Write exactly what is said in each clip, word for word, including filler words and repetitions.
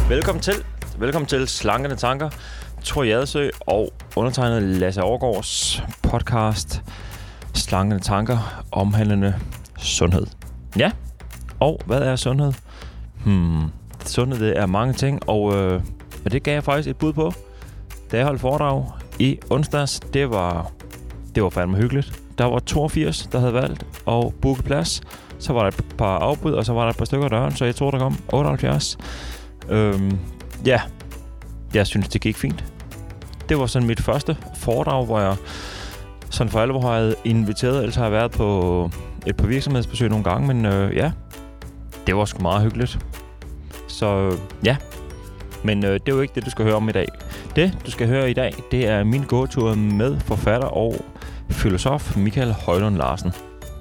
Velkommen til. Velkommen til Slankende Tanker. Thor Jadsø og undertegnet Lasse Overgaards podcast Slankende Tanker omhandlende sundhed. Ja, og hvad er sundhed? Hmm, sundhed det er mange ting, og øh, det gav jeg faktisk et bud på, da jeg holdt foredrag i onsdags. Det var, det var fandme hyggeligt. Der var toogfirs, der havde valgt at booke plads. Så var der et par afbud, og så var der et par stykker af døren, så jeg tror, der kom otteoghalvfjerds. Øhm, ja, jeg synes, det gik fint. Det var sådan mit første foredrag, hvor jeg sådan for alvor havde inviteret, ellers har jeg været på et par virksomhedsbesøg nogle gange, men øh, ja, det var sgu meget hyggeligt. Så øh, ja, men øh, det er jo ikke det, du skal høre om i dag. Det, du skal høre i dag, det er min gåtur med forfatter og filosof Michael Højlund Larsen.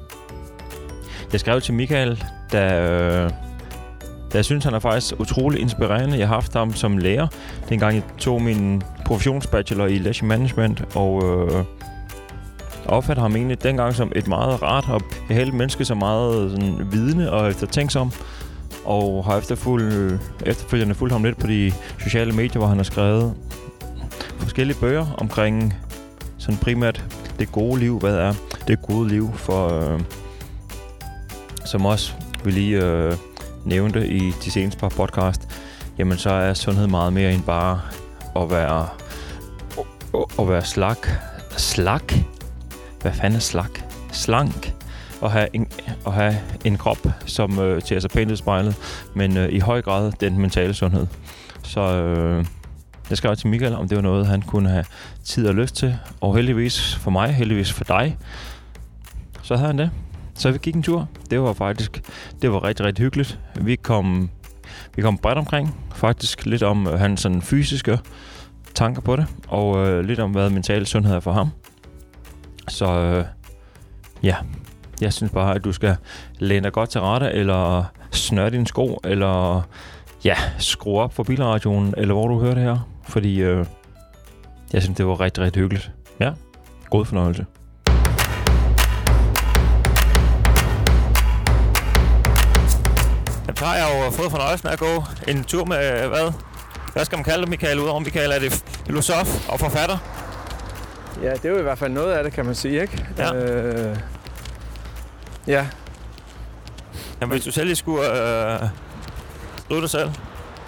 Jeg skrev til Michael, da, øh, da jeg synes, han er faktisk utrolig inspirerende. Jeg har haft ham som lærer, dengang jeg tog min professionsbachelor i leisure management, og øh, opfatter ham egentlig dengang som et meget rart og behageligt menneske, så meget sådan, vidende og eftertænksom, og har efterfuld, efterfølgende fulgt ham lidt på de sociale medier, hvor han har skrevet forskellige bøger omkring sådan primært det gode liv. Hvad er det gode liv for... Øh, som også vi lige øh, nævnte i de seneste par podcast, jamen så er sundhed meget mere end bare at være at, at være slak. Slak? Hvad fanden er slak? Slank. Og have en, at have en krop, som øh, tager sig pænt i spejlet, men øh, i høj grad den mentale sundhed. Så øh, jeg skrev til Michael, om det var noget, han kunne have tid og lyst til. Og heldigvis for mig, heldigvis for dig, så havde han det. Så vi gik en tur. Det var faktisk, det var rigtig, rigtig hyggeligt. Vi kom, vi kom bredt omkring. Faktisk lidt om øh, hans sådan, fysiske tanker på det. Og øh, lidt om, hvad mental sundhed er for ham. Så øh, ja, jeg synes bare, at du skal læne dig godt til rette, eller snøre dine sko, eller ja, skrue op for bilradioen, eller hvor du hører det her. Fordi øh, jeg synes, det var rigtig, rigtig hyggeligt. Ja, god fornøjelse. Så har jeg jo fået fornøjelsen af at gå en tur med, hvad? Hvad skal man kalde det, Michael? Udover Michael, er det filosof og forfatter? Ja, det er jo i hvert fald noget af det, kan man sige, ikke? Ja. Øh, ja. Jamen, hvis du selv lige skulle øh, skrive dig selv?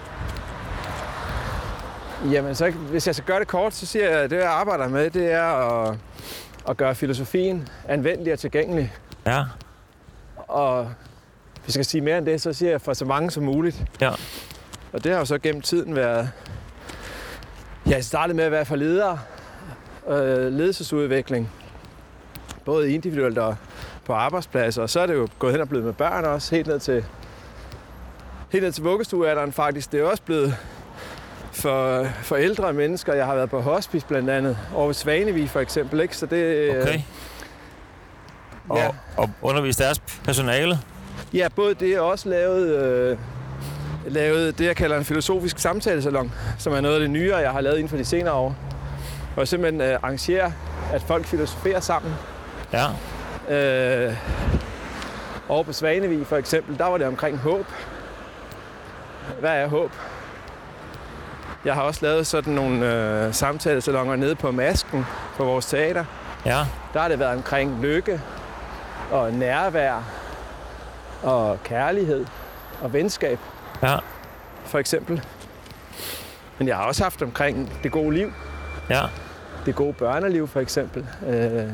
Jamen, så, hvis jeg skal gøre det kort, så siger jeg, at det, jeg arbejder med, det er at, at gøre filosofien anvendelig og tilgængelig. Ja. Og hvis jeg skal sige mere end det, så siger jeg for så mange som muligt. Ja. Og det har jo så gennem tiden været... Jeg startede med at være for ledere. Øh, ledelsesudvikling. Både individuelt og på arbejdspladser. Og så er det jo gået hen og blevet med børn også. Helt ned til, helt ned til vuggestuealderen faktisk. Det er også blevet for, for ældre mennesker. Jeg har været på hospice blandt andet. Over ved Svanevig for eksempel. Ikke? Så det, okay. Og, ja. og undervist deres personale? Ja, både det og også lavet, øh, lavet det, jeg kalder en filosofisk samtalesalon, som er noget af det nyere, jeg har lavet inden for de senere år. Hvor jeg simpelthen øh, arrangerer, at folk filosoferer sammen. Ja. Øh, over på Svanevig for eksempel, der var det omkring håb. Hvad er håb? Jeg har også lavet sådan nogle øh, samtalesalonger nede på Masken på vores teater. Ja. Der har det været omkring lykke og nærvær og kærlighed og venskab, ja. For eksempel. Men jeg har også haft omkring det gode liv. Ja. Det gode børneliv, for eksempel. Øh...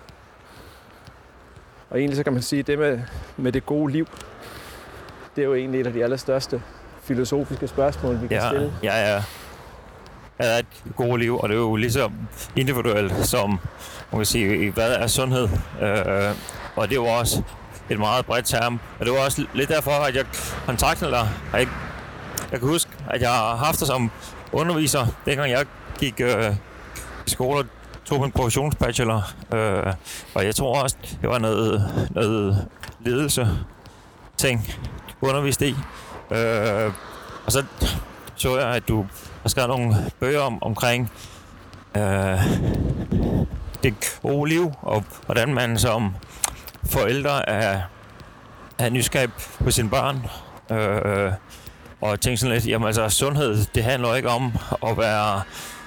Og egentlig så kan man sige, at det med, med det gode liv, det er jo egentlig et af de allerstørste filosofiske spørgsmål, vi kan ja, stille. Ja, ja. Det er et gode liv, og det er jo ligesom individuelt, som man kan sige, hvad er sundhed? Øh, og det er jo også et meget bredt term. Og det var også lidt derfor, at jeg kontaktede dig. Jeg, jeg kan huske, at jeg har haft dig som underviser, dengang jeg gik øh, i skole og tog min professionsbachelor. Øh, og jeg tror også, det var noget, noget ledelse ting, du underviste i. Øh, og så så jeg, at du har skrevet nogle bøger om, omkring øh, det gode liv, og hvordan man som forældre er, er nysgerrig på sine børn, øh, og tænke sådan lidt, jamen altså sundhed, det handler ikke om at være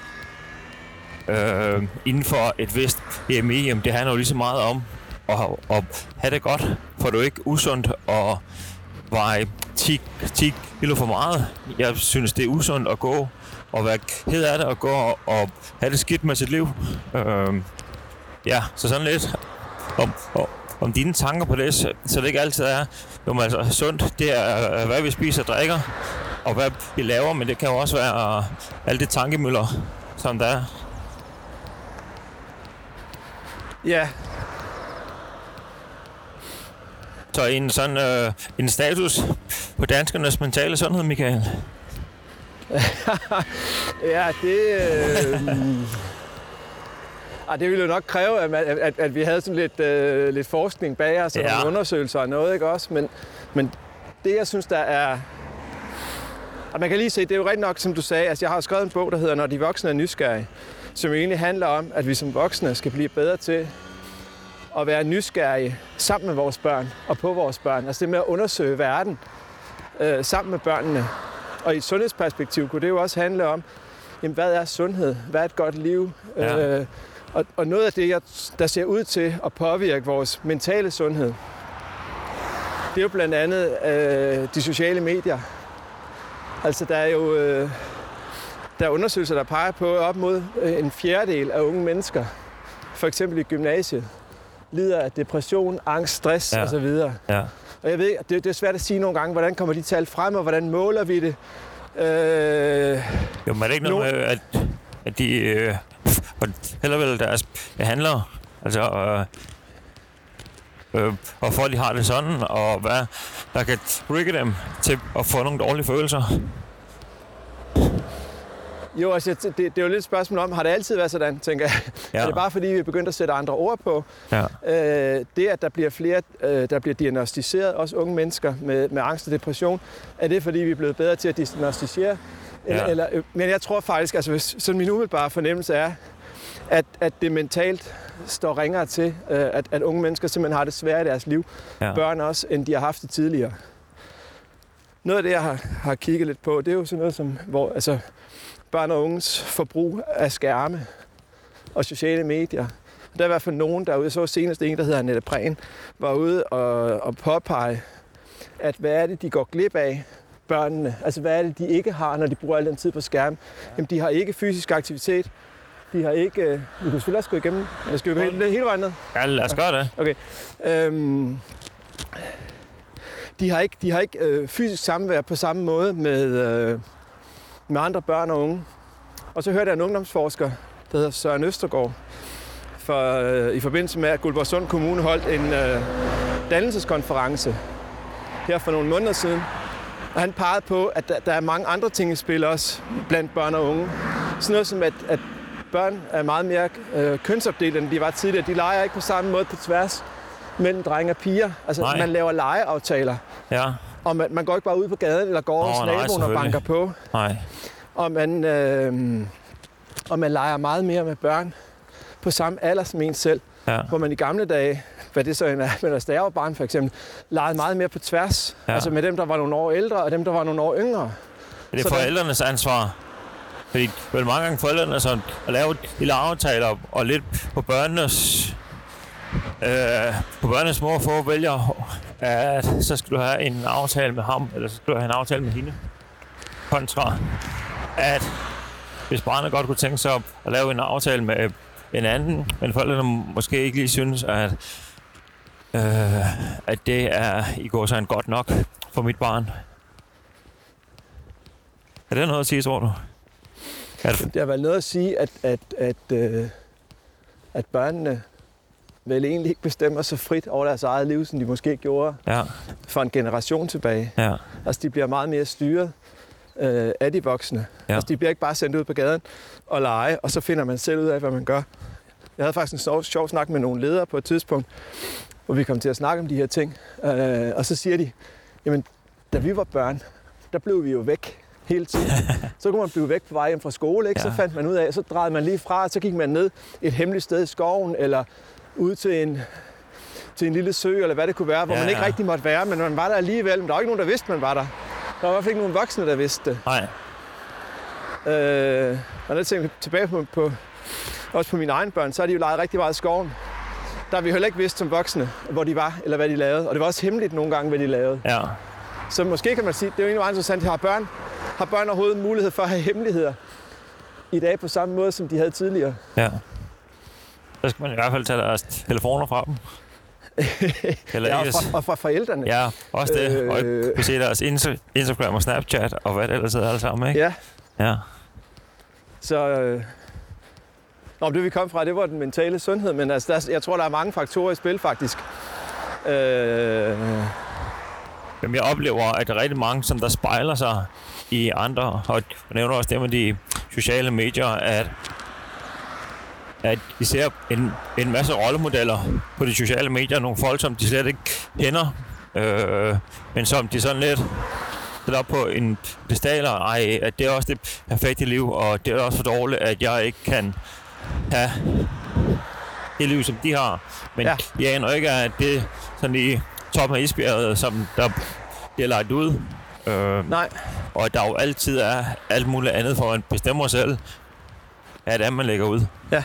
øh, inden for et vist B M I, jamen det handler jo lige så meget om at, at have det godt, for du er ikke usundt og veje ti kilo for meget. Jeg synes, det er usundt at gå og være ked af det og gå og, og have det skidt med sit liv. Øh, ja, så sådan lidt om, om, om dine tanker på det, så, så det ikke altid er, jo, altså sundt, det er hvad vi spiser og drikker, og hvad vi laver, men det kan jo også være uh, alle de tankemøller, som der er. Ja. Så en sådan øh, en status på danskernes mentale sundhed, Michael? Ja, det... Øh, ah, det ville jo nok kræve, at, at, at vi havde sådan lidt, øh, lidt forskning bag os, og ja. nogle undersøgelser og noget, ikke også? Men, men det, jeg synes, der er... Og man kan lige se, det er jo rigtig nok, som du sagde, altså jeg har skrevet en bog, der hedder Når de voksne er nysgerrige, som egentlig handler om, at vi som voksne skal blive bedre til at være nysgerrige sammen med vores børn og på vores børn. Altså det med at undersøge verden øh, sammen med børnene. Og i et sundhedsperspektiv kunne det jo også handle om, jamen, hvad er sundhed? Hvad er et godt liv? Ja. Øh, og, og noget af det, der ser ud til at påvirke vores mentale sundhed, det er jo blandt andet øh, de sociale medier. Altså der er jo øh, der er undersøgelser, der peger på op mod en fjerdedel af unge mennesker, for eksempel i gymnasiet, lider af depression, angst, stress ja. osv. Ja. Og jeg ved, det, det er svært at sige nogle gange, hvordan kommer de tal frem, og hvordan måler vi det? Øh, jo, men er det ikke noget med, at, at de øh, heller vel deres handler, altså øh, øh, og folk de har det sådan, og hvad der kan trigge dem til at få nogle dårlige følelser? Jo, altså det, det er jo lidt et spørgsmål om, har det altid været sådan, tænker jeg? Ja. Er det bare fordi, vi er begyndt at sætte andre ord på? Ja. Øh, det, at der bliver flere, øh, der bliver diagnosticeret, også unge mennesker med, med angst og depression, er det fordi, vi er blevet bedre til at diagnosticere? Eller, ja. eller, øh, men jeg tror faktisk, altså hvis, sådan min umiddelbare fornemmelse er, at, at det mentalt står ringere til, øh, at, at unge mennesker simpelthen har det svært i deres liv, ja. børn også, end de har haft det tidligere. Noget af det, jeg har, har kigget lidt på, det er jo sådan noget som, hvor altså, børn og unges forbrug af skærme og sociale medier. Der er i hvert fald nogen derude, så senest en, der hedder Annette Prehn, var ude og, og påpege, at hvad er det, de går glip af, børnene? Altså hvad er det, de ikke har, når de bruger al den tid på skærm? Jamen, de har ikke fysisk aktivitet. De har ikke... Vi kan selvfølgelig også gå igennem... Eller skal vi gå hele, hele vejen ned? Ja, lad os gøre det. Okay. Øhm, de har ikke, de har ikke øh, fysisk samvær på samme måde med... Øh, med andre børn og unge. Og så hørte jeg en ungdomsforsker, der hedder Søren Østergaard, for, øh, i forbindelse med, at Guldborgsund Kommune holdt en øh, dannelseskonference her for nogle måneder siden. Og han pegede på, at der, der er mange andre ting i spil også blandt børn og unge. Sådan noget som, at, at børn er meget mere øh, kønsopdelt, end de var tidligere. De leger ikke på samme måde på tværs mellem drenge og piger. Altså, nej. Man laver legeaftaler. Ja. Og man, man går ikke bare ud på gaden, eller går hos oh, naboen og banker på. Nej. Og man, øh, og man leger meget mere med børn på samme alder som en selv. Ja. Hvor man i gamle dage, hvad det så end er, men da jeg var barn for eksempel, legede meget mere på tværs. Ja. Altså med dem, der var nogle år ældre, og dem, der var nogle år yngre. Det er forældrenes ansvar. Fordi vel mange gange forældrene så at lave lille aftaler og lidt på børnenes... Øh, på børnenes mor for vælger, at så skal du have en aftale med ham, eller så skal du have en aftale med hende. Kontra, at hvis barnet godt kunne tænke sig at lave en aftale med en anden, men forældrene måske ikke lige synes, at, øh, at det er i går så en godt nok for mit barn. Er det noget at sige, tror du? Det er vel noget at sige, at, at, at, øh, at børnene vel egentlig ikke bestemmer sig frit over deres eget liv, som de måske gjorde ja. for en generation tilbage. Ja. Altså, de bliver meget mere styret øh, af de voksne. Ja. Altså, de bliver ikke bare sendt ud på gaden og lege, og så finder man selv ud af, hvad man gør. Jeg havde faktisk en sjov, sjov snak med nogle ledere på et tidspunkt, hvor vi kom til at snakke om de her ting. Øh, og så siger de, jamen, da vi var børn, der blev vi jo væk hele tiden. Så kunne man blive væk på vej hjem fra skole, ikke? Ja. Så fandt man ud af, så drejede man lige fra, og så gik man ned et hemmeligt sted i skoven, eller ud til en, til en lille sø, eller hvad det kunne være, hvor ja, man ikke ja. rigtig måtte være, men man var der alligevel, men der var ikke nogen, der vidste, man var der. Der var i hvert fald ikke nogen voksne, der vidste det. Nej. Øh, og når jeg tænker tilbage på, på, også på mine egne børn, så har de jo leget rigtig meget i skoven. Der har vi heller ikke vidst som voksne, hvor de var, eller hvad de lavede. Og det var også hemmeligt nogle gange, hvad de lavede. Ja. Så måske kan man sige, det er jo egentlig meget interessant, har børn, har børn overhovedet en mulighed for at have hemmeligheder i dag på samme måde, som de havde tidligere. Ja. Så skal man i hvert fald tage deres telefoner fra dem. Eller ja, og fra, og fra forældrene. Ja, også det. Øh... Og vi se deres Instagram og Snapchat og hvad det ellers er alle sammen, ikke? Ja. Ja. Så... Øh... Nå, det vi kom fra, det var den mentale sundhed, men altså, der, jeg tror, der er mange faktorer i spil, faktisk. Øh... Jamen, jeg oplever, at der er rigtig mange, som der spejler sig i andre, og jeg nævner også det med de sociale medier, at at de ser en, en masse rollemodeller på de sociale medier, nogle folk, som de slet ikke kender, øh, men som de sådan lidt sætter op på en pedestal, og ej, at det er også det perfekte liv, og det er også for dårligt, at jeg ikke kan have det liv, som de har. Men ja. Jeg aner ikke, at det er sådan i toppen af isbjerget, som der bliver lagt ud. Øh, Nej. Og at der jo altid er alt muligt andet, for man bestemmer selv, at det man lægger ud. Ja.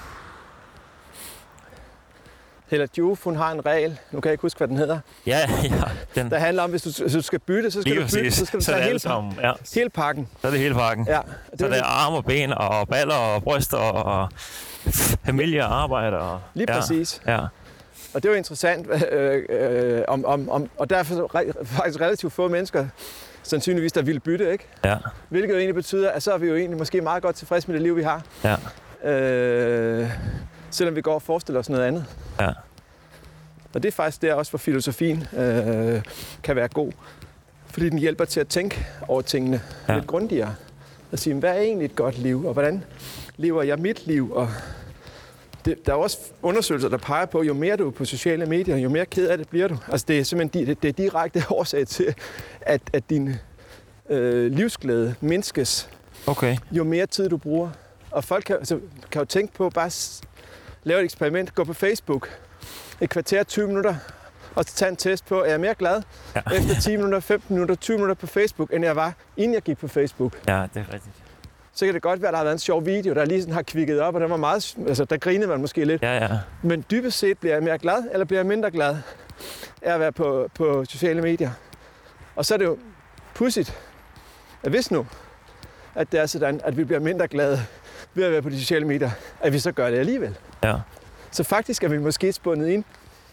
Hella Juf, hun har en regel, nu kan jeg ikke huske, hvad den hedder. Ja, ja. Den... Der handler om, hvis du, hvis du skal bytte, så skal Lige du bytte, så skal du tage hele, sammen, ja. hele pakken. Så er det hele pakken. Ja. Det så er det arme og ben og baller og bryster og familie og arbejde. Og... Lige ja. præcis. Ja. Og det er jo interessant, øh, øh, om, om, om, og derfor er re- faktisk relativt få mennesker, sandsynligvis, der vil bytte, ikke? Ja. Hvilket jo egentlig betyder, at så er vi jo egentlig måske meget godt tilfreds med det liv, vi har. Ja. Øh, selvom vi går og forestiller os noget andet. Ja. Og det er faktisk der også, hvor filosofien øh, kan være god. Fordi den hjælper til at tænke over tingene ja. lidt grundigere. Og sige, hvad er egentlig et godt liv, og hvordan lever jeg mit liv? Og det, der er også undersøgelser, der peger på, jo mere du er på sociale medier, jo mere ked af det bliver du. Altså det er simpelthen det, det er direkte årsag til, at, at din øh, livsglæde mindskes, okay. jo mere tid du bruger. Og folk kan, altså, kan jo tænke på bare lave et eksperiment, gå på Facebook, et kvarter, tyve minutter, og tage en test på, er jeg mere glad ja. efter ti minutter, femten minutter, tyve minutter på Facebook, end jeg var, inden jeg gik på Facebook. Ja, det er rigtigt. Så kan det godt være, at der har været en sjov video, der lige sådan har kvikket op, og den var meget, altså der grinede man måske lidt. Ja, ja. Men dybest set bliver jeg mere glad, eller bliver jeg mindre glad af at være på, på sociale medier. Og så er det jo pudsigt, at hvis nu, at det er sådan, at vi bliver mindre glade ved at være på de sociale medier, at vi så gør det alligevel. Ja. Så faktisk er vi måske spundet ind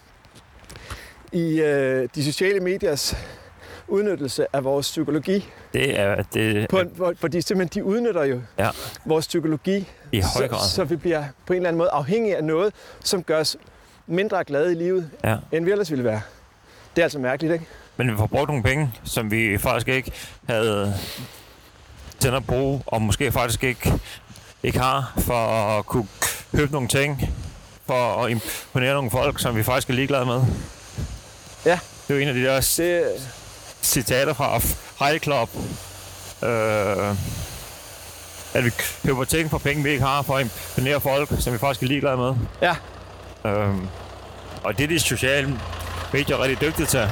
i øh, de sociale mediers udnyttelse af vores psykologi. Det er det. På, hvor, hvor de simpelthen de udnytter jo ja. vores psykologi, i høj grad. Så, så vi bliver på en eller anden måde afhængige af noget, som gør os mindre glade i livet, ja. end vi ellers ville være. Det er altså mærkeligt, ikke? Men vi får brugt nogle penge, som vi faktisk ikke havde til at bruge, og måske faktisk ikke, ikke har, for at kunne købe nogle ting, for at imponere nogle folk, som vi faktisk er ligeglade med. Ja. Det er jo en af de der det... citater fra Fight Club. Øh, at vi køber ting for penge, vi ikke har, for at imponere folk, som vi faktisk er ligeglade med. Ja. Øh, og det er de sociale medier rigtig dygtige til.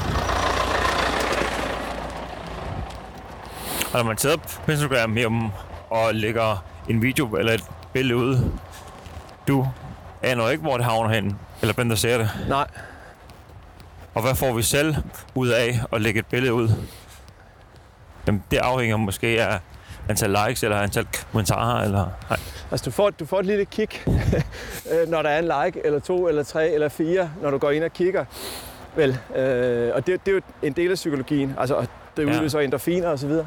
Og når man sidder på Instagram hjemme og lægger en video eller et billede ud, du aner ikke, hvor det havner hen, eller hvem der ser det. Nej. Og hvad får vi selv ud af at lægge et billede ud? Jamen, det afhænger måske af antal likes eller antal kommentarer. Eller... Nej. Altså, du får, du får et lille kig, når der er en like, eller to, eller tre, eller fire, når du går ind og kigger. Vel, øh, og det, det er jo en del af psykologien. Altså, det udløser ja. endorfiner og så videre.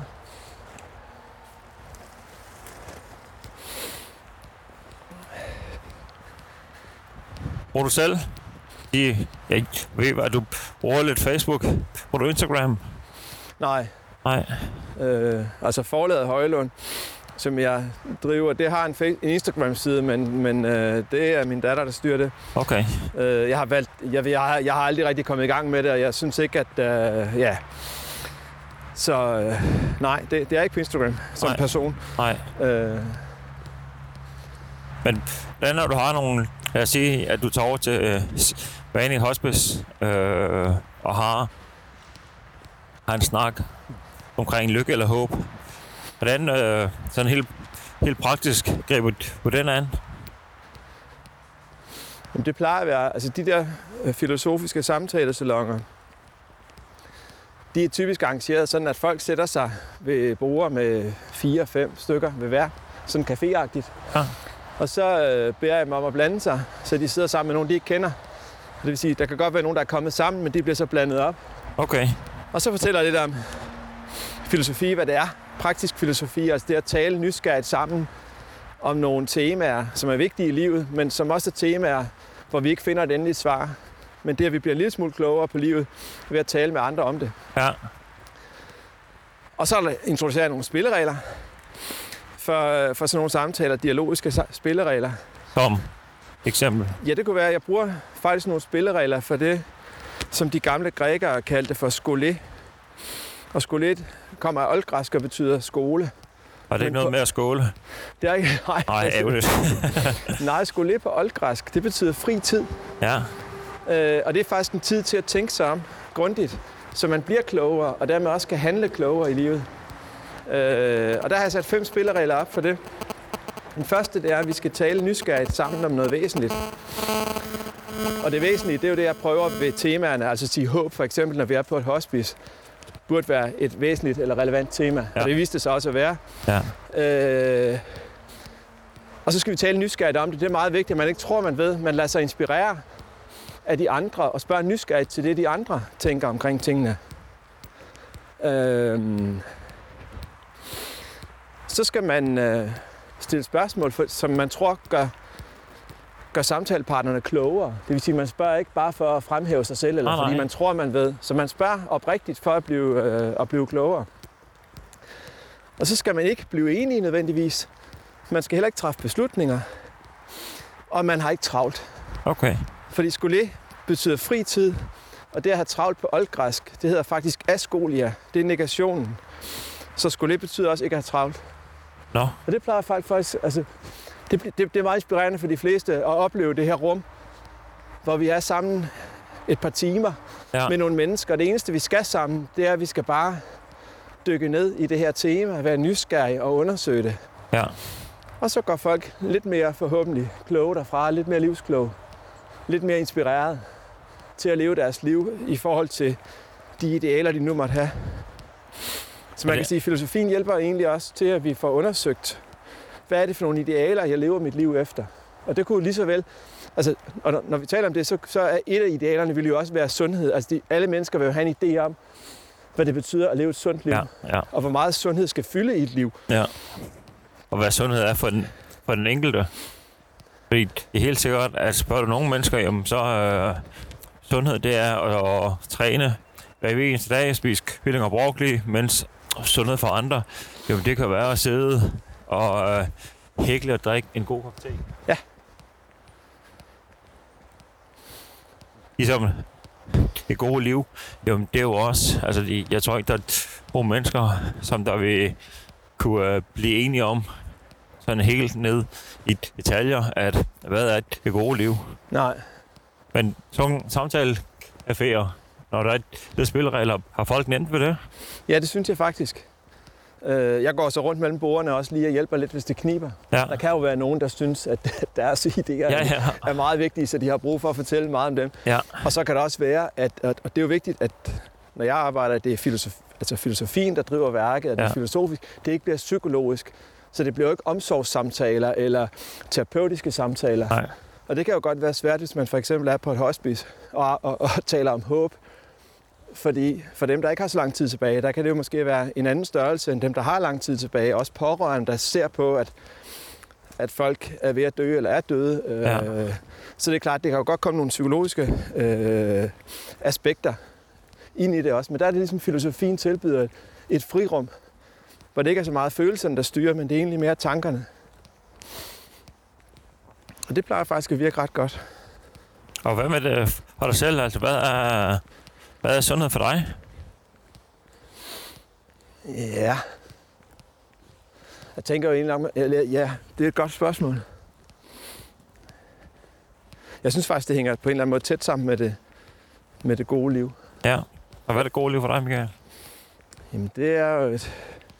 Bruger du selv? I, jeg ved hvad, du bruger lidt Facebook. Bruger du Instagram? Nej. Nej. Øh, altså forlaget Højlund, som jeg driver, det har en, face- en Instagram-side, men, men øh, det er min datter, der styrer det. Okay. Øh, jeg har valgt, jeg, jeg, har, jeg har aldrig rigtig kommet i gang med det, og jeg synes ikke, at, øh, ja. Så øh, nej, det, det er ikke på Instagram som nej. person. Nej. Øh. Men hvordan når du har nogle, lad os sige, at du tager over til øh, Vanning Hospice øh, og har, har en snak omkring lykke eller håb. Hvordan øh, sådan helt, helt praktisk griber du den an? Jamen, det plejer at være, altså de der øh, filosofiske samtalesalonger, de er typisk arrangeret sådan, at folk sætter sig ved borde med fire, fem stykker ved hver, sådan caféagtigt. Ja. Og så øh, beder jeg dem om at blande sig, så de sidder sammen med nogen, de ikke kender. Det vil sige, der kan godt være nogen, der er kommet sammen, men de bliver så blandet op. Okay. Og så fortæller jeg lidt om filosofi, hvad det er. Praktisk filosofi, altså det at tale nysgerrigt sammen om nogle temaer, som er vigtige i livet, men som også er temaer, hvor vi ikke finder et endeligt svar. Men det, at vi bliver en lille smule klogere på livet, ved at tale med andre om det. Ja. Og så introducerer jeg nogle spilleregler for, for sådan nogle samtaler, dialogiske spilleregler. Som eksempel? Ja, det kunne være, at jeg bruger faktisk nogle spilleregler for det, som de gamle grækere kaldte for skolé. Og skolé kommer af oldgræsk og betyder skole. Og det er ikke noget med at skåle? Det er ikke, nej. Nej, ærgerligt. Nej, skolé på oldgræsk, det betyder fri tid. Ja. Øh, og det er faktisk en tid til at tænke sig om grundigt, så man bliver klogere, og dermed også kan handle klogere i livet. Øh, og der har jeg sat fem spilleregler op for det. Den første, det er, at vi skal tale nysgerrigt sammen om noget væsentligt. Og det væsentlige, det er jo det, jeg prøver ved temaerne, altså at sige håb, for eksempel, når vi er på et hospice, burde være et væsentligt eller relevant tema. Ja. Og det viste sig også at være. Ja. Øh, og så skal vi tale nysgerrigt om det. Det er meget vigtigt, at man ikke tror, man ved. Man lader sig inspirere af de andre og spørger nysgerrigt til det, de andre tænker omkring tingene. Øh, så skal man øh, stille spørgsmål, for, som man tror gør, gør samtalepartnerne klogere. Det vil sige, at man spørger ikke bare for at fremhæve sig selv, eller ah, fordi man tror, man ved. Så man spørger oprigtigt for at blive, øh, at blive klogere. Og så skal man ikke blive enige nødvendigvis. Man skal heller ikke træffe beslutninger. Og man har ikke travlt. Okay. Fordi skolé betyder fri tid, og det at have travlt på oldgræsk, det hedder faktisk askolia. Det er negationen. Så skolé betyder også ikke at have travlt. Nå. No. Og det plejer folk faktisk, altså, det, det, det er meget inspirerende for de fleste at opleve det her rum, hvor vi er sammen et par timer ja. med nogle mennesker. Det eneste, vi skal sammen, det er, at vi skal bare dykke ned i det her tema, være nysgerrige og undersøge det. Ja. Og så går folk lidt mere forhåbentlig kloge derfra, lidt mere livskloge, lidt mere inspireret til at leve deres liv i forhold til de idealer, de nu måtte have. Så man kan sige, at filosofien hjælper egentlig også til, at vi får undersøgt, hvad er det for nogle idealer, jeg lever mit liv efter. Og det kunne lige så vel, altså, og når vi taler om det, så, så er et af idealerne vil jo også være sundhed. Altså de, alle mennesker vil jo have en idé om, hvad det betyder at leve et sundt liv, ja, ja. og hvor meget sundhed skal fylde i et liv. Ja. Og hvad sundhed er for den, for den enkelte. Fordi det er helt sikkert, at spørger du nogle mennesker, jamen så øh, sundhed det er at, at træne hver eneste dag, spise kylling og broccoli, mens sundhed for andre, jamen det kan være at sidde og øh, hækle og drikke en god kop te. Ja. Ligesom det gode liv, jamen det er jo også, altså jeg tror ikke, der er nogle mennesker, som der vil kunne øh, blive enige om, sådan helt ned i detaljer, at hvad er det gode liv? Nej. Men sådan samtale-caféer, når der er et spilleregler, har folk nemt ved det? Ja, det synes jeg faktisk. Jeg går så rundt mellem bordene også lige og hjælper lidt, hvis det kniber. Ja. Der kan jo være nogen, der synes, at deres idéer ja, ja. er meget vigtige, så de har brug for at fortælle meget om dem. Ja. Og så kan det også være, at, og det er jo vigtigt, at når jeg arbejder, det er filosofi, altså filosofien, der driver værket, og det er ja. filosofisk, det ikke bliver psykologisk. Så det bliver jo ikke omsorgssamtaler eller terapeutiske samtaler. Nej. Og det kan jo godt være svært, hvis man for eksempel er på et hospice og, og, og taler om håb. Fordi for dem, der ikke har så lang tid tilbage, der kan det jo måske være en anden størrelse end dem, der har lang tid tilbage. Også pårørende, der ser på, at, at folk er ved at dø eller er døde. Ja. Øh, så det er klart, det kan jo godt komme nogle psykologiske øh, aspekter ind i det også. Men der er det ligesom, filosofien tilbyder et, et frirum, hvor det ikke er så meget følelserne, der styrer, men det er egentlig mere tankerne. Og det plejer faktisk at virke ret godt. Og hvad med det for dig selv? Altså, hvad er, hvad er sundhed for dig? Ja. Jeg tænker jo egentlig om, ja, det er et godt spørgsmål. Jeg synes faktisk, det hænger på en eller anden måde tæt sammen med det, med det gode liv. Ja. Og hvad er det gode liv for dig, Michael? Jamen, det er jo et...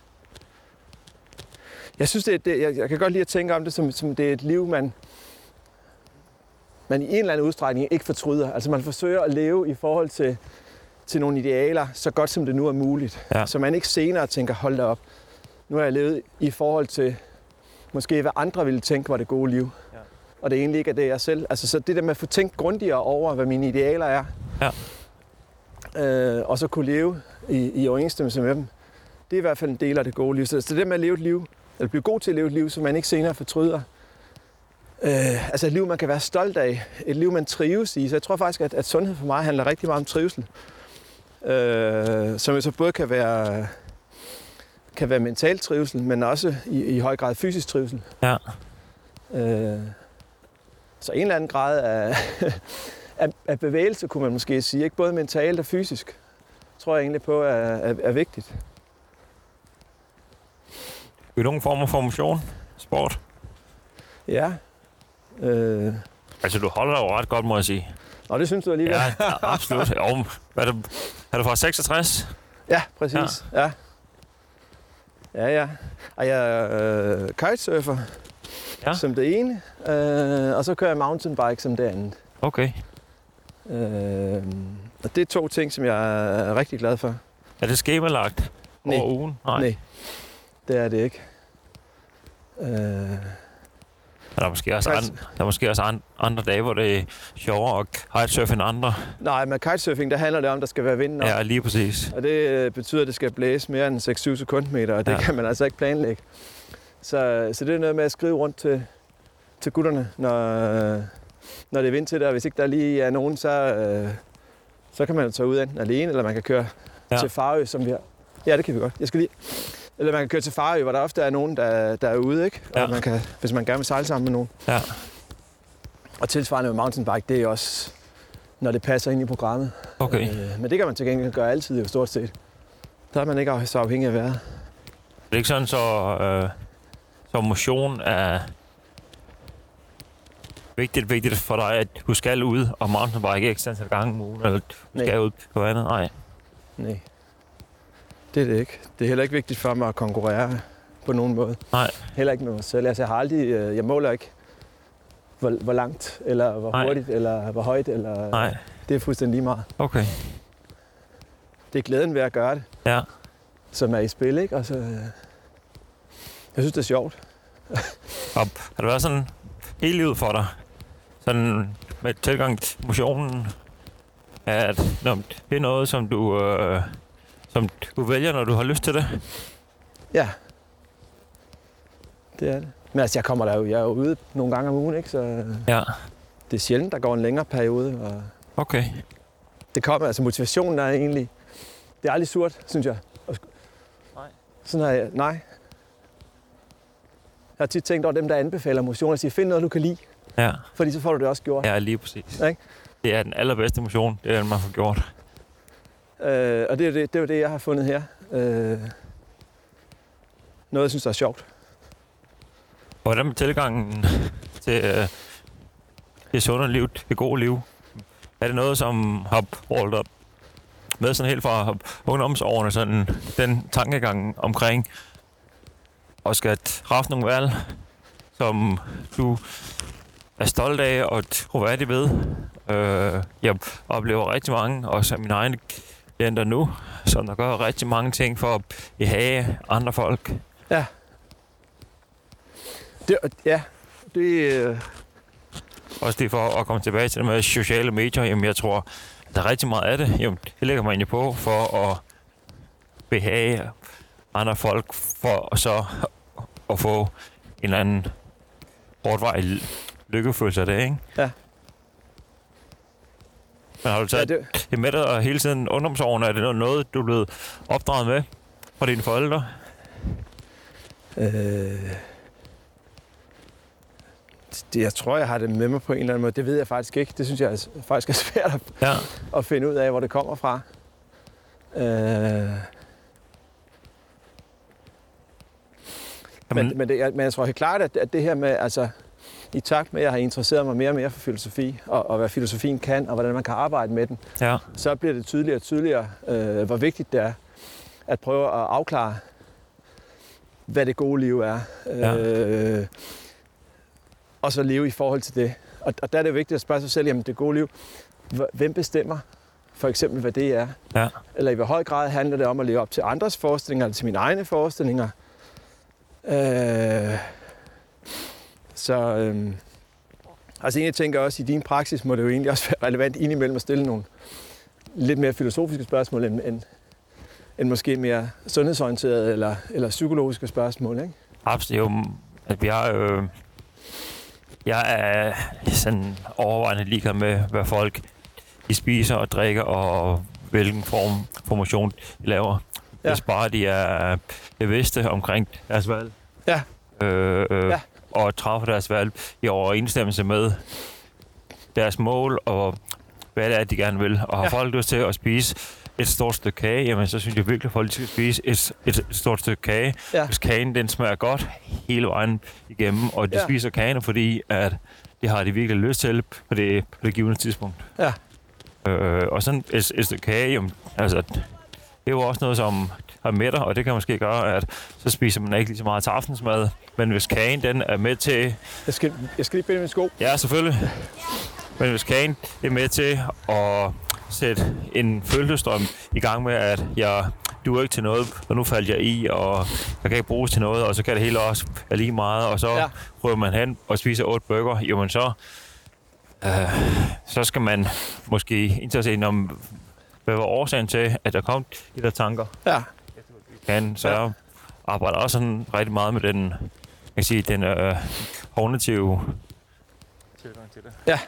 Jeg synes, det er, det, jeg, jeg kan godt lide at tænke om det, som, som det er et liv, man, man i en eller anden udstrækning ikke fortryder. Altså, man forsøger at leve i forhold til, til nogle idealer, så godt som det nu er muligt. Ja. Så man ikke senere tænker, hold da op, nu har jeg levet i forhold til, måske hvad andre ville tænke var det gode liv. Ja. Og det egentlig ikke er det, jeg selv. Altså, så det der med at få tænkt grundigere over, hvad mine idealer er, ja. øh, og så kunne leve i, i overensstemmelse med dem, det er i hvert fald en del af det gode liv. Så det der med at leve et liv, eller blive god til at leve et liv, som man ikke senere fortryder. Øh, altså et liv, man kan være stolt af. Et liv, man trives i. Så jeg tror faktisk, at, at sundhed for mig handler rigtig meget om trivsel. Øh, som jo så både kan være, kan være mental trivsel, men også i, i høj grad fysisk trivsel. Ja. Øh, så en eller anden grad af, af, af bevægelse, kunne man måske sige. Ikke både mentalt og fysisk, tror jeg egentlig på, er, er, er vigtigt. Er nogen form for motion? Sport? Ja. Øh. Altså, du holder jo ret godt, må jeg sige. Nå, det synes du alligevel? Ja, absolut. Jo, er, du, er du fra seksogtres? Ja, præcis. Ja. Ja, ja. ja. Og jeg er øh, kitesurfer ja. som det ene, øh, og så kører jeg mountainbike som det andet. Okay. Øh, og det er to ting, som jeg er rigtig glad for. Er det skemalagt over Nej. ugen? Nej. Nej, det er det ikke. Øh, Er der måske også, andre, der er måske også andre, andre dage, hvor det er sjovere at kitesurfe end andre? Nej, med kitesurfing, der handler det om, at der skal være vind nok. Ja, lige præcis. Og det betyder, at det skal blæse mere end seks syv sekundmeter, og det ja. kan man altså ikke planlægge. Så, så det er noget med at skrive rundt til, til gutterne, når, når det er vind til det. Og hvis ikke der lige er nogen, så, øh, så kan man tage ud enten alene, eller man kan køre ja. til Farø, som vi har. Ja, det kan vi godt. Jeg skal lige... Eller man kan køre til Farø, hvor der ofte er nogen, der, der er ude, ikke? Og ja. man kan, hvis man gerne vil sejle sammen med nogen. Ja. Og tilsvarende med mountainbike, det er også, når det passer ind i programmet. Okay. Øh, men det kan man til gengæld gøre altid, jo stort set. Der er man ikke så afhængig af vejret. Det er ikke sådan, så, øh, så motion er vigtigt, vigtigt for dig, at du skal ud og mountainbike ikke sådan gang om ugen, eller du skal Nej. ud på vandet? Nej. Nej. Det er det ikke. Det er heller ikke vigtigt for mig at konkurrere på nogen måde. Nej. Heller ikke med mig selv. Altså, jeg har aldrig, jeg måler ikke, hvor, hvor langt, eller hvor Nej. hurtigt, eller hvor højt, eller... Nej. Det er fuldstændig lige meget. Okay. Det er glæden ved at gøre det, ja. som er i spil, ikke? Og så, jeg synes, det er sjovt. Og har det været sådan hele livet for dig? Sådan med tilgang til motionen, at når det er noget, som du... Øh, som du vælger, når du har lyst til det? Ja. Det er det. Men altså, jeg kommer der jo, jeg er jo ude nogle gange om ugen, ikke? Så ja. det er sjældent, der går en længere periode. Og okay. Det kommer, altså motivationen er egentlig, det er aldrig surt, synes jeg. Nej. Sådan har jeg, nej. Jeg har tit tænkt over dem, der anbefaler motion, og siger, find noget, du kan lide. Ja. Fordi så får du det også gjort. Ja, lige præcis. Ja, ikke? Det er den allerbedste motion, det er den, man får gjort. Øh, og det er, det, det er jo det, jeg har fundet her. Øh, noget, jeg synes, er sjovt. Hvordan med tilgangen til øh, det sunde liv, det gode liv? Er det noget, som har holdt op med sådan helt fra ungdomsårene, sådan den tankegang omkring at skal træffe nogle valg, som du er stolt af og troværdig ved? Øh, jeg oplever rigtig mange, også af mine egne klienter nu, som der gør rigtig mange ting for at behage andre folk. Ja. Det, ja, det... Øh... Også det for at komme tilbage til det med sociale medier. Jamen, jeg tror, der er rigtig meget af det. Jamen, det lægger man egentlig på for at behage andre folk, for så at få en eller anden hårdvej lykkefølelse af det, ikke? Ja. Men har du taget ja, det... det med dig hele tiden ungdomsårene? Er det noget, du er blevet opdraget med fra dine forældre? Øh... Det, jeg tror, jeg har det med mig på en eller anden måde. Det ved jeg faktisk ikke. Det synes jeg er, faktisk er svært at, ja. at finde ud af, hvor det kommer fra. Øh... Men, men, det, jeg, men jeg tror helt klart, at, at det her med, altså, i takt med, at jeg har interesseret mig mere og mere for filosofi, og, og hvad filosofien kan, og hvordan man kan arbejde med den, ja. så bliver det tydeligere og tydeligere, øh, hvor vigtigt det er, at prøve at afklare, hvad det gode liv er. Ja. Øh, og så leve i forhold til det. Og, og der er det vigtigt at spørge sig selv, jamen det gode liv, hvem bestemmer for eksempel, hvad det er? Ja. Eller i hvor høj grad handler det om at leve op til andres forestillinger, eller til mine egne forestillinger? Øh, så øh, altså jeg tænker også, i din praksis må det jo egentlig også være relevant indimellem at stille nogle lidt mere filosofiske spørgsmål, end, end, end måske mere sundhedsorienterede eller, eller psykologiske spørgsmål, ikke? Absolut. At vi har øh, jeg er sådan overvejende ligeglad med, hvad folk de spiser og drikker, og hvilken form for motion de laver. Ja. Hvis bare de er bevidste omkring deres valg. Ja. Øh, øh, ja. Og træffer deres valg i overensstemmelse med deres mål, og hvad det er, de gerne vil. Og har ja. folk lyst til at spise et stort stykke kage, jamen så synes jeg virkelig, at folk skal spise et, et stort stykke kage. Ja. Hvis kagen den smager godt hele vejen igennem, og de ja. spiser kagen, fordi at det har de virkelig lyst til på det, på det givende tidspunkt. Ja. Øh, og sådan et, et stykke kage, jamen, altså, det er jo også noget, som har mætter, og det kan måske gøre, at så spiser man ikke lige så meget til aftensmad. Men hvis kagen den er med til... Jeg skal, jeg skal lige binde min sko. Ja, selvfølgelig. Men hvis kagen er med til at sætte en følgestrøm i gang med, at jeg duer ikke til noget, og nu faldt jeg i, og jeg kan ikke bruges til noget, og så kan det hele også være lige meget, og så ja. rører man hen og spiser otte burger, jamen så, øh, så skal man måske interessere om, hvad var årsagen til, at der kom de der tanker. Ja. Kan, så ja. jeg arbejder også sådan rigtig meget med den, jeg kan sige, den øh, kognitive tilgang til det. Ja.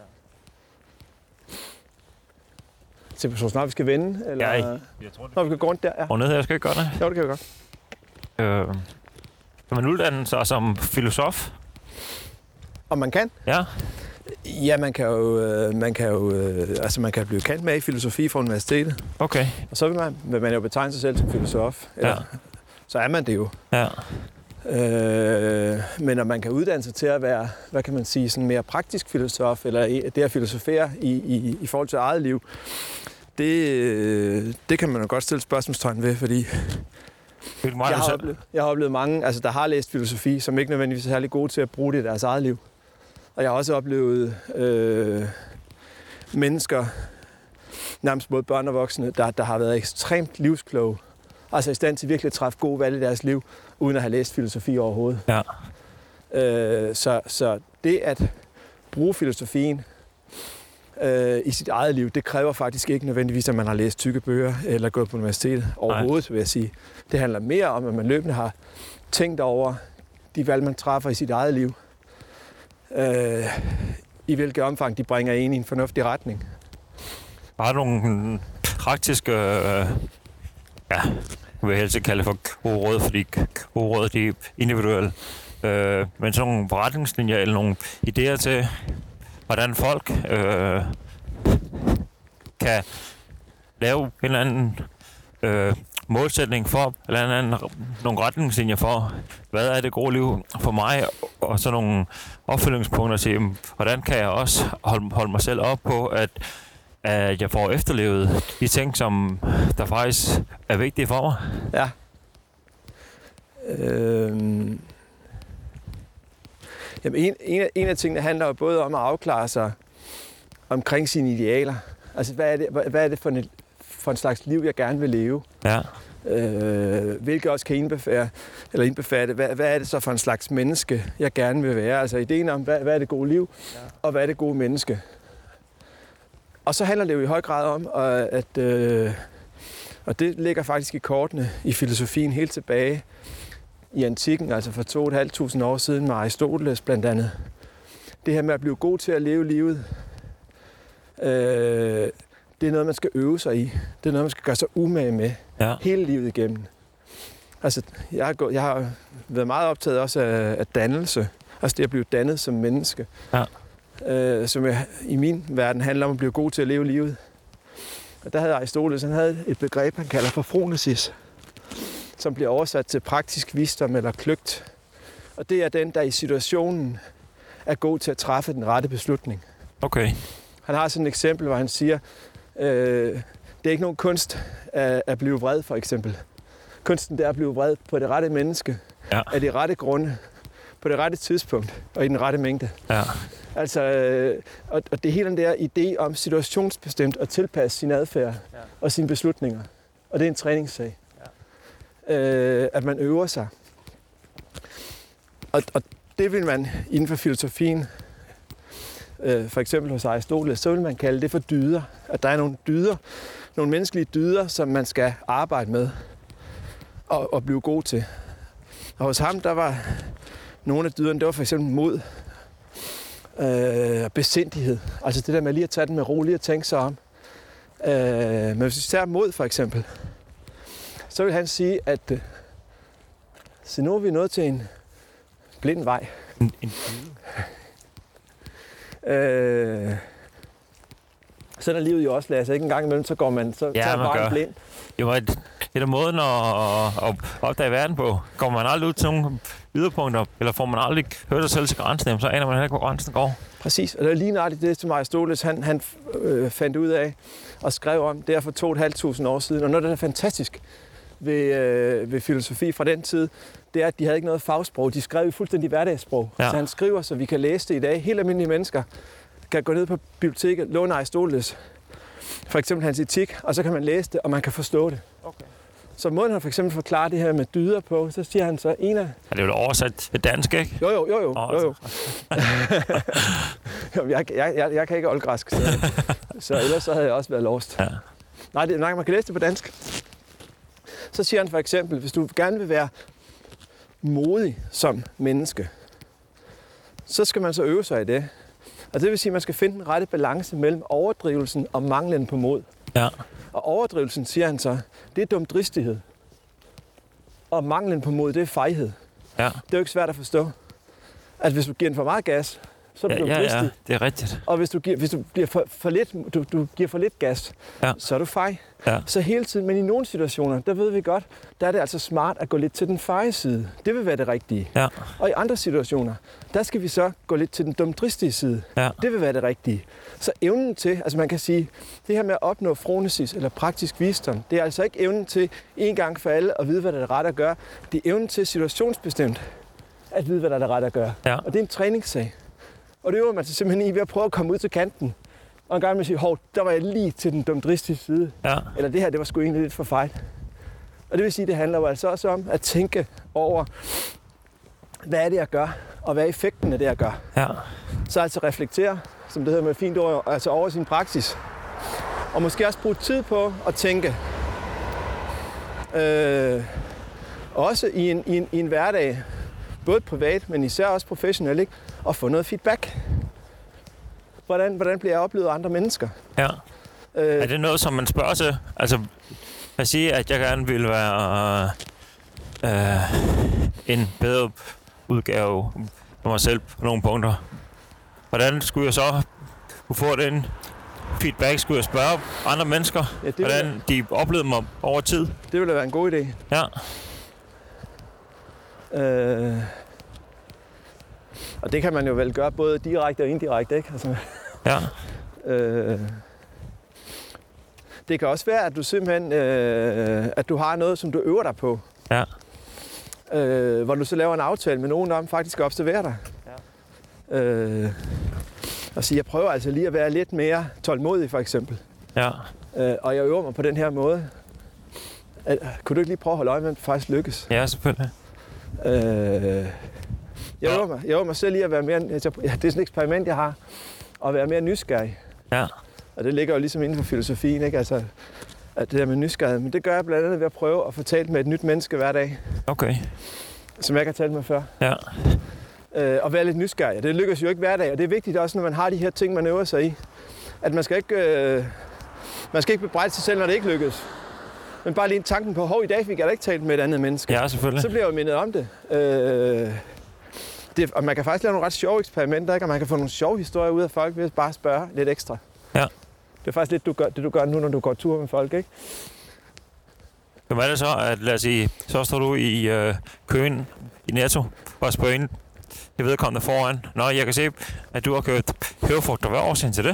Så så snart vi skal vende, eller? Ja, jeg tror det. Når vi kan gå rundt der, ja. Og ned her, skal vi gøre det? Ja, det kan vi godt. Øh, kan man uddanne sig som filosof? Og man kan? Ja. Ja, man kan jo, man kan jo, altså man kan blive kendt med i filosofi fra universitetet. Okay. Og så vil man, vil man jo betegne sig selv som filosof. Eller, ja. Så er man det jo. Ja. Øh, men når man kan uddanne sig til at være, hvad kan man sige, sådan mere praktisk filosof, eller det at filosofere i, i, i forhold til eget liv, det, det kan man jo godt stille spørgsmålstegn ved, fordi jeg har, oplevet, jeg har oplevet mange, altså der har læst filosofi, som ikke nødvendigvis er særlig gode til at bruge det i deres eget liv. Og jeg har også oplevet øh, mennesker, nærmest både børn og voksne, der, der har været ekstremt livskloge, altså i stand til virkelig at træffe gode valg i deres liv, uden at have læst filosofi overhovedet. Ja. Øh, så, så det at bruge filosofien øh, i sit eget liv, det kræver faktisk ikke nødvendigvis, at man har læst tykke bøger eller gået på universitetet overhovedet, vil jeg sige. Det handler mere om, at man løbende har tænkt over de valg, man træffer i sit eget liv. Øh, I hvilket omfang de bringer en i en fornuftig retning. Har du nogle praktiske, øh, ja, jeg vil helst kalde det for gode råd, fordi gode råd de er individuelle. Øh, men sådan nogle retningslinjer eller nogle idéer til, hvordan folk øh, kan lave en eller anden øh, målsætning for, eller en anden, nogle retningslinjer for, hvad er det gode liv for mig, og så nogle opfølgingspunkter til, hvordan kan jeg også holde, holde mig selv op på, at, at jeg får efterlevet de ting, som der faktisk er vigtige for mig. Ja. Øhm. Jamen, en, en, af, en af tingene handler jo både om at afklare sig omkring sine idealer. Altså, hvad er det, hvad, hvad er det for, en, for en slags liv, jeg gerne vil leve? Ja. Øh, hvilket også kan indbefatte, eller indbefatte hvad, hvad er det så for en slags menneske, jeg gerne vil være? Altså ideen om, hvad, hvad er det gode liv, ja. Og hvad er det gode menneske? Og så handler det jo i høj grad om, at, øh, og det ligger faktisk i kortene i filosofien helt tilbage i antikken, altså for to og et halvt tusind år siden med Aristoteles blandt andet. Det her med at blive god til at leve livet, øh, det er noget, man skal øve sig i. Det er noget, man skal gøre sig umage med ja. Hele livet igennem. Altså, jeg har, gået, jeg har været meget optaget også af, af dannelse. Altså det at blive dannet som menneske. Ja. Øh, som jeg, i min verden handler om at blive god til at leve livet. Og der havde Aristoteles, han havde et begreb, han kalder for phronesis, som bliver oversat til praktisk visdom eller kløgt. Og det er den, der i situationen er god til at træffe den rette beslutning. Okay. Han har sådan et eksempel, hvor han siger, øh, Det er ikke nogen kunst at, at blive vred, for eksempel. Kunsten det er at blive vred på det rette menneske, ja. af de rette grunde, på det rette tidspunkt og i den rette mængde. Ja. Altså, øh, og, og det er hele den der idé om situationsbestemt at tilpasse sin adfærd ja. og sine beslutninger. Og det er en træningssag. Ja. Øh, at man øver sig. Og, og det vil man inden for filosofien, øh, for eksempel hos Aristoteles, så vil man kalde det for dyder. At der er nogle dyder, nogle menneskelige dyder, som man skal arbejde med og, og blive god til. Og hos ham, der var nogle af dyderne, det var for eksempel mod og øh, besindighed. Altså det der med lige at tage den med ro, lige at tænke sig om. Øh, men hvis vi tager mod for eksempel, så vil han sige, at øh, så nu er vi nået til en blind vej. En, en øh, sådan er livet jo også, Lasse. Ikke en gang imellem, så går man, så ja, tager man bare en blind. Jo, det er måden at, at opdage verden på. Kommer man aldrig ud til nogle yderpunkter, eller får man aldrig hørt sig selv til grænsen, så aner man heller ikke, hvor grænsen går. Præcis, og det er lige nøjagtigt det, som Aristoteles han, han øh, fandt ud af og skrev om der for to tusind fem hundrede år siden. Og noget, der er fantastisk ved, øh, ved filosofi fra den tid, det er, at de havde ikke noget fagsprog. De skrev i fuldstændig hverdagssprog. Ja. Så han skriver, så vi kan læse det i dag. Helt almindelige mennesker kan gå ned på biblioteket, låne Aristoteles, for eksempel hans etik, og så kan man læse det, og man kan forstå det. Okay. Så måden han for eksempel forklarer det her med dyder på, så siger han så en af... Ja, det er jo oversat til dansk, ikke? Jo, jo, jo, jo. Oh, jo, jo. jeg, jeg, jeg, jeg kan ikke oldgræsk, så, så ellers så havde jeg også været lost. Ja. Nej, det, nej, man kan læse det på dansk. Så siger han for eksempel, hvis du gerne vil være modig som menneske, så skal man så øve sig i det. Og det vil sige, at man skal finde den rette balance mellem overdrivelsen og manglen på mod. Ja. Og overdrivelsen, siger han så, det er dumdristighed. Og manglen på mod, det er fejhed. Ja. Det er jo ikke svært at forstå. At hvis du giver den for meget gas, så er du ja, dumdristig. Ja, ja, det er rigtigt. Og hvis du giver, hvis du giver for, for lidt, du, du giver for lidt gas, ja. så er du fej. Ja. Så hele tiden, men i nogle situationer, der ved vi godt, der er det altså smart at gå lidt til den feje side. Det vil være det rigtige. Ja. Og i andre situationer, der skal vi så gå lidt til den dumdristige side. Ja. Det vil være det rigtige. Så evnen til, altså man kan sige, det her med at opnå fronesis eller praktisk visdom, det er altså ikke evnen til en gang for alle at vide, hvad der er ret at gøre. Det er evnen til situationsbestemt at vide, hvad der er ret at gøre. Ja. Og det er en træningssag. Og det øver man sig simpelthen i ved at prøve at komme ud til kanten. Og en gang med at sige, hov, der var jeg lige til den dumdristige side. Ja. Eller det her, det var sgu egentlig lidt for fejl. Og det vil sige, det handler jo altså også om at tænke over, hvad er det, jeg gør, og hvad er effekten af det, jeg gør. Ja. Så altså reflektere, som det hedder med et fint ord, altså over sin praksis. Og måske også bruge tid på at tænke. Øh, også i en, i, en, i en hverdag, både privat, men især også professionelt, ikke? Og få noget feedback. Hvordan, hvordan bliver jeg oplevet af andre mennesker? Ja. Øh, er det noget, som man spørger sig? Altså, at sige, at jeg gerne vil være øh, en bedre udgave af mig selv på nogle punkter. Hvordan skulle jeg så kunne få den feedback? Skulle jeg spørge andre mennesker, ja, hvordan være, de oplevede mig over tid? Det ville være en god idé. Ja. Øh, og det kan man jo vel gøre både direkte og indirekte, ikke? Altså, ja. Øh, det kan også være, at du simpelthen øh, at du har noget, som du øver dig på. Ja. Øh, hvor du så laver en aftale med nogen om faktisk at observere dig. Ja. Øh, og sige, jeg prøver altså lige at være lidt mere tålmodig, for eksempel. Ja. Øh, og jeg øver mig på den her måde. Øh, kunne du ikke lige prøve at holde øje med, at det faktisk lykkes? Ja, selvfølgelig. Øh, jeg, øver mig, jeg øver mig selv lige at være mere... Ja, det er sådan et eksperiment, jeg har. At være mere nysgerrig. Ja. Og det ligger jo ligesom inden for filosofien, ikke? Altså, at det der med nysgerrighed. Men det gør jeg blandt andet ved at prøve at få talt med et nyt menneske hver dag. Okay. Som jeg ikke har talt med før. Ja. Øh, og være lidt nysgerrig. Det lykkes jo ikke hver dag, og det er vigtigt også, når man har de her ting, man øver sig i. At man skal ikke, øh, man skal ikke bebrejde sig selv, når det ikke lykkes. Men bare lige tanken på, hov, i dag fik jeg da ikke talt med et andet menneske. Ja, selvfølgelig. Så bliver jeg jo mindet om det. Øh, det. Og man kan faktisk lave nogle ret sjove eksperimenter, ikke? Og man kan få nogle sjove historier ud af folk ved at bare spørge lidt ekstra. Ja. Det er faktisk lidt du gør, det, du gør nu, når du går tur med folk, ikke? Hvem er det så, at lad os sige, så står du i øh, køen i Netto og spørger ind, jeg ved, kom der foran. Nå, jeg kan se, at du har købt høvefrugter. Hvad er årsagen til det?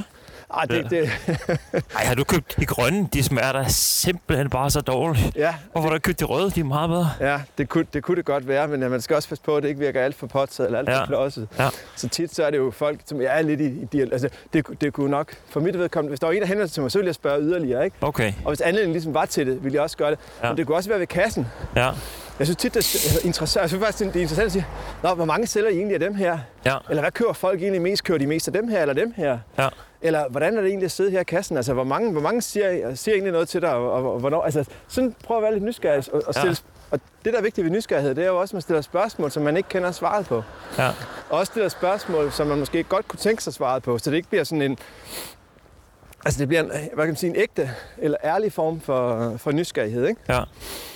Ej, det... det... Ej, har du købt de grønne? De smager da simpelthen bare så dårligt. Ja. Hvorfor har du købt de røde? De er meget bedre. Ja, det kunne, det kunne det godt være, men ja, man skal også passe på, at det ikke virker alt for påtaget eller alt Ja. for klodset. Ja. Så tit så er det jo folk, som er lidt i, i dialog. Altså, det, det kunne nok, for mit vedkommende, hvis der var en, der henvendte sig til mig, så ville jeg spørge yderligere, ikke? Okay. Og hvis anledningen ligesom var til det, ville jeg også gøre det. Ja. Men det kunne også være ved kassen. Ja. Jeg synes tit, det er interessant, jeg synes faktisk, det er interessant at sige, Nå, hvor mange sælger I egentlig af dem her? Ja. Eller hvad kører folk egentlig mest? Kører de mest af dem her eller dem her? Ja. Eller hvordan er det egentlig at sidde her i kassen? Altså, hvor mange, hvor mange siger, siger egentlig noget til dig, og, og, og hvornår? Altså, sådan prøv at være lidt nysgerrig. Og, og, stille, ja. og det, der er vigtigt ved nysgerrighed, det er jo også, at man stiller spørgsmål, som man ikke kender svaret på. Ja. Og også stiller spørgsmål, som man måske godt kunne tænke sig svaret på, så det ikke bliver sådan en... Altså, det bliver en, hvad kan man sige, en ægte eller ærlig form for, for nysgerrighed, ikke? Ja.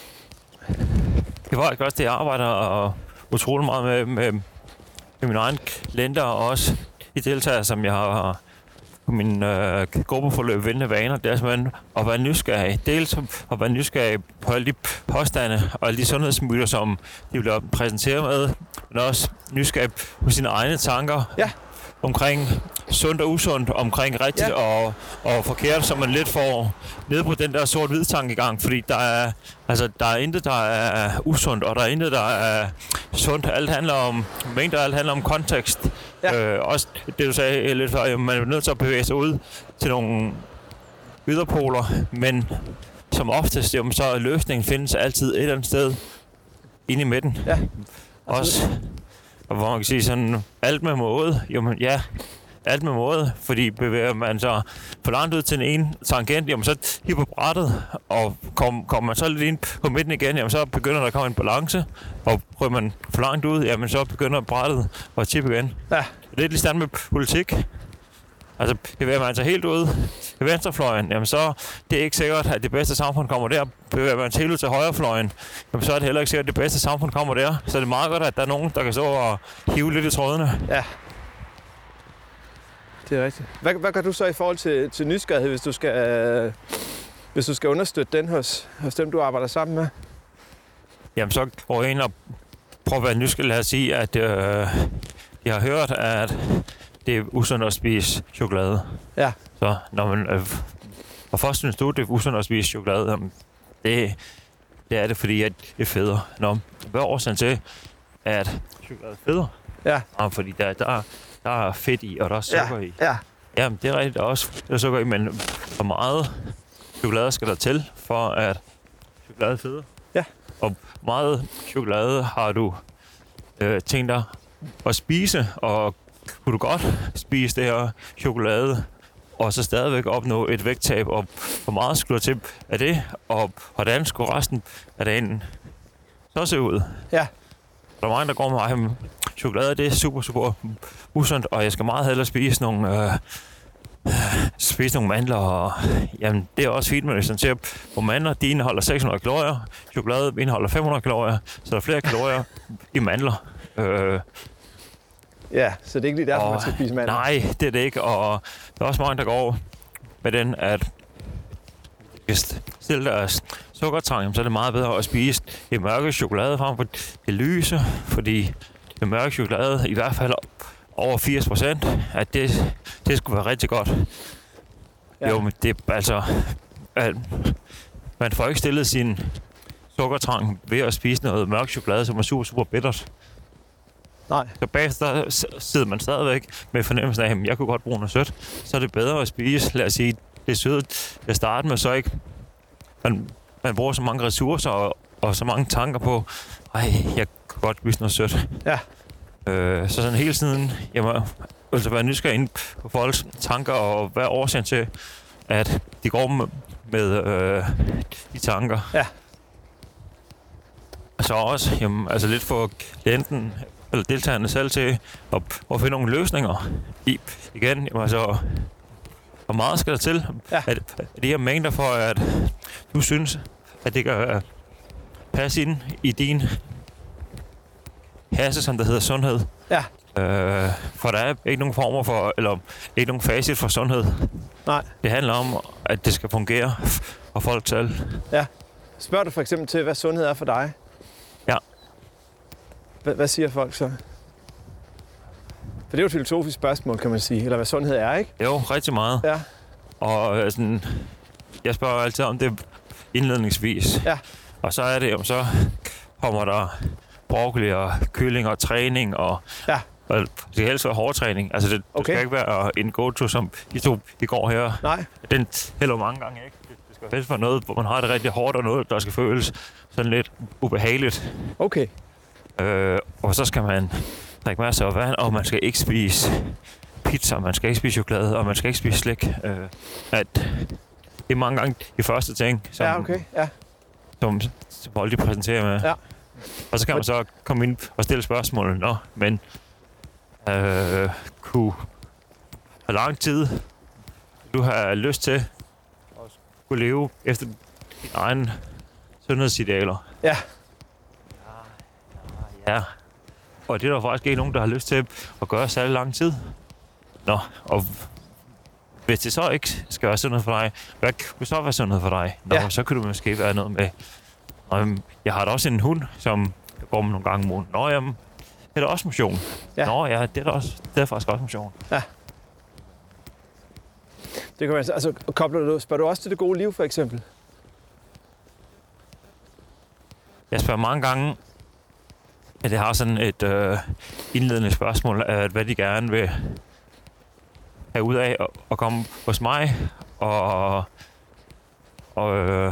Det var også det, jeg arbejder og utrolig meget med, med, med mine egne klienter, og også de deltagere, som jeg har på min øh, gruppeforløb Vindende Vaner. Det er simpelthen at være nysgerrig. Dels at være nysgerrig på alle de påstande og alle de sundhedsmyter, som de bliver præsenteret med, men også nysgerrig på sine egne tanker. Ja. Omkring sundt og usundt, omkring rigtigt ja. og, og forkert, så man lidt får ned på den der sort-hvid tankegang, fordi der er, altså, der er intet, der er usundt, og der er intet, der er sundt. Alt handler om mængder, alt handler om kontekst. Ja. Øh, også det, du sagde lidt før, man er nødt til at bevæge sig ud til nogle yderpoler, men som oftest, jamen, så er løsningen findes altid et eller andet sted inde i midten. Ja. Også... Og hvor man kan sige sådan, alt med måde, jamen ja, alt med måde, fordi bevæger man så for langt ud til den ene tangent, jamen så hipper brættet, og kommer kom man så lidt ind på midten igen, jamen så begynder der at komme en balance, og prøver man for langt ud, jamen så begynder brættet at tippe igen. Ja. Det er lidt stand med politik. Altså, bevæger man sig helt ud til venstrefløjen, jamen så det er ikke sikkert, at det bedste samfund kommer der. Bevæger man sig helt ud til højrefløjen, jamen så er det heller ikke sikkert, at det bedste samfund kommer der. Så er det meget godt, at der er nogen, der kan stå og hive lidt i trådene. Ja. Det er rigtigt. Hvad, hvad gør du så i forhold til, til nysgerrighed, hvis du skal, øh, hvis du skal understøtte den hos, hos dem, du arbejder sammen med? Jamen så går jeg ind og prøver at være nysgerrig. Lad os sige, at øh, jeg har hørt, at det er usundt at spise chokolade. Ja. Så når man... Øh, hvorfor synes du, det er usundt at spise chokolade? Jamen, det, det er det, fordi at det er federe. Nå, hvad er årsagen til, at chokolade er federe? Ja. Jamen, fordi der, der, der er fedt i, og der er sukker ja. i. Ja. Jamen, det er rigtigt, der er også der er sukker i, men hvor meget chokolade skal der til, for at chokolade er federe? Ja. Og hvor meget chokolade har du øh, tænkt dig at spise, og kunne du godt spise det her chokolade, og så stadigvæk opnå et vægttab, og hvor meget skulle der til af det, og hvordan skulle resten af dagen så se ud? Ja. Der er mange, der går med mig, chokolade, det er super, super usundt, og jeg skal meget hellere spise nogle, øh, spise nogle mandler, og jamen, det er også fint, men hvis man ser på mandler, de indeholder seks hundrede kalorier, chokolade indeholder fem hundrede kalorier, så der er flere kalorier i mandler. Øh, Ja, så det er ikke lige derfor, og, man skal spise mandler. Nej, det er det ikke, og der er også mange, der går med den, at hvis stille deres sukkertrang, så er det meget bedre at spise det mørke chokolade frem for det lyse, fordi det mørke chokolade, i hvert fald over firs procent, at det, det skulle være rigtig godt. Ja. Jo, men det er altså... At man får ikke stillet sin sukkertrang ved at spise noget mørk chokolade, som er super, super bittert. Nej. Så bagefter sidder man stadigvæk med fornemmelsen af, at jeg kunne godt bruge noget sødt. Så er det bedre at spise, lad os sige, det søde at starte med, så ikke man, man bruger så mange ressourcer og, og så mange tanker på, ej, jeg kunne godt spise noget sødt. Ja. Øh, så sådan hele tiden, jeg må altså være nysgerrig ind på folks tanker, og hvad er årsagen til, at de går med, med øh, de tanker. Ja. Så også, jamen, altså lidt for klienten, eller deltagerne selv til at, at finde nogle løsninger. I, igen, jamen, altså, hvor meget skal der til? Ja. At, at de her mængder for, at du synes, at det kan passe ind i din kasse, som der hedder sundhed. Ja. Øh, for der er ikke nogen former for, eller ikke nogen facit for sundhed. Nej. Det handler om, at det skal fungere for folk selv. Ja. Spørger du for eksempel til, hvad sundhed er for dig? Ja. H- hvad siger folk så? For det er jo et filosofisk spørgsmål, kan man sige, eller hvad sundhed er, ikke? Jo, rigtig meget. Ja. Og øh, sådan, jeg spørger altid om det indledningsvis. Ja. Og så er det, om så kommer der broccoli og kylling og træning, og, ja. og det skal helst være hårdtræning. Altså, det, okay. det skal ikke være en go-to, som I to i går her. Nej. Den hælder mange gange, ikke? Det, det skal helst være noget, hvor man har det rigtig hårdt, og noget, der skal føles sådan lidt ubehageligt. Okay. Øh, og så skal man drikke masser af vand, og man skal ikke spise pizza, man skal ikke spise chokolade, og man skal ikke spise slik. Øh, at det er mange gange de første ting, som, ja, okay. ja. som, som Voldy præsenterer med. Ja. Og så kan man så komme ind og stille spørgsmålet. Nå, men øh, kunne have lang tid du har lyst til at kunne leve efter dine egne sundhedsidealer? Ja. Ja. Og det er der faktisk ikke nogen, der har lyst til at gøre særlig lang tid. Nå, og hvis det så ikke skal være sundhed for dig, hvad kunne så være sundhed for dig? Nå, ja. Så kunne du måske være noget med, um, jeg har da også en hund, som går med nogle gange om ugen. Nå, jamen, det er da også motion. Ja. Nå, ja, det er da også, det er faktisk også motion. Ja. Det kan man altså, kobler du, spørger du også til det gode liv, for eksempel? Jeg spørger mange gange, at jeg har sådan et øh, indledende spørgsmål af, hvad de gerne vil have ud af at, at komme hos mig, og, og, øh,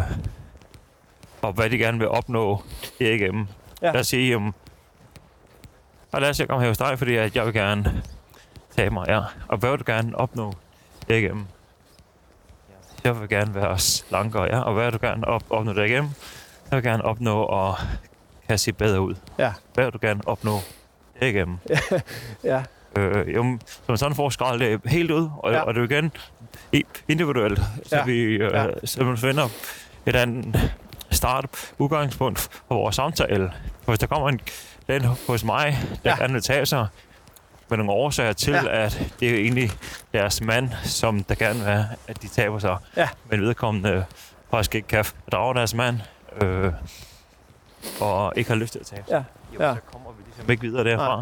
og hvad de gerne vil opnå igennem. Ja. Lad os sige, um, og lad os sige, komme her hos dig, fordi at jeg vil gerne tage mig, ja. Og hvad vil du gerne opnå igennem? Jeg vil gerne være slankere, ja. Og hvad vil du gerne op- opnå det igennem? Jeg vil gerne opnå at kan se bedre ud. Ja. Hvad vil du gerne opnå det igennem? ja. Øh, jo, så man sådan får skraldet det helt ud, og, ja. og det er jo igen individuelt, så ja. vi øh, ja. så man finder et andet start udgangspunkt for vores samtale. For hvis der kommer en den hos mig, der ja. gerne vil tage sig med nogle årsager til, ja. at det er egentlig deres mand, som der gerne vil have, at de taber sig, ja. men vedkommende faktisk ikke kan drage deres mand, øh, og ikke har lyst til at tabe sig. Ja. Jo, ja. Så kommer vi ligesom ikke videre derfra.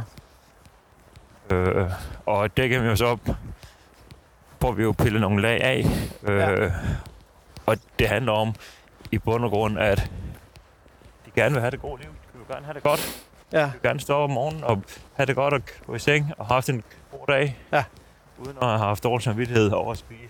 Øh, og det kan vi jo så får vi jo pillet nogle lag af. Øh, ja. Og det handler om i bund og grund, at de gerne vil have det gode liv. De vil gerne have det godt. Ja. De vil gerne stå op om morgenen og have det godt og gå i seng og have haft en god dag. Ja. Uden at have haft dårlig samvittighed over at spise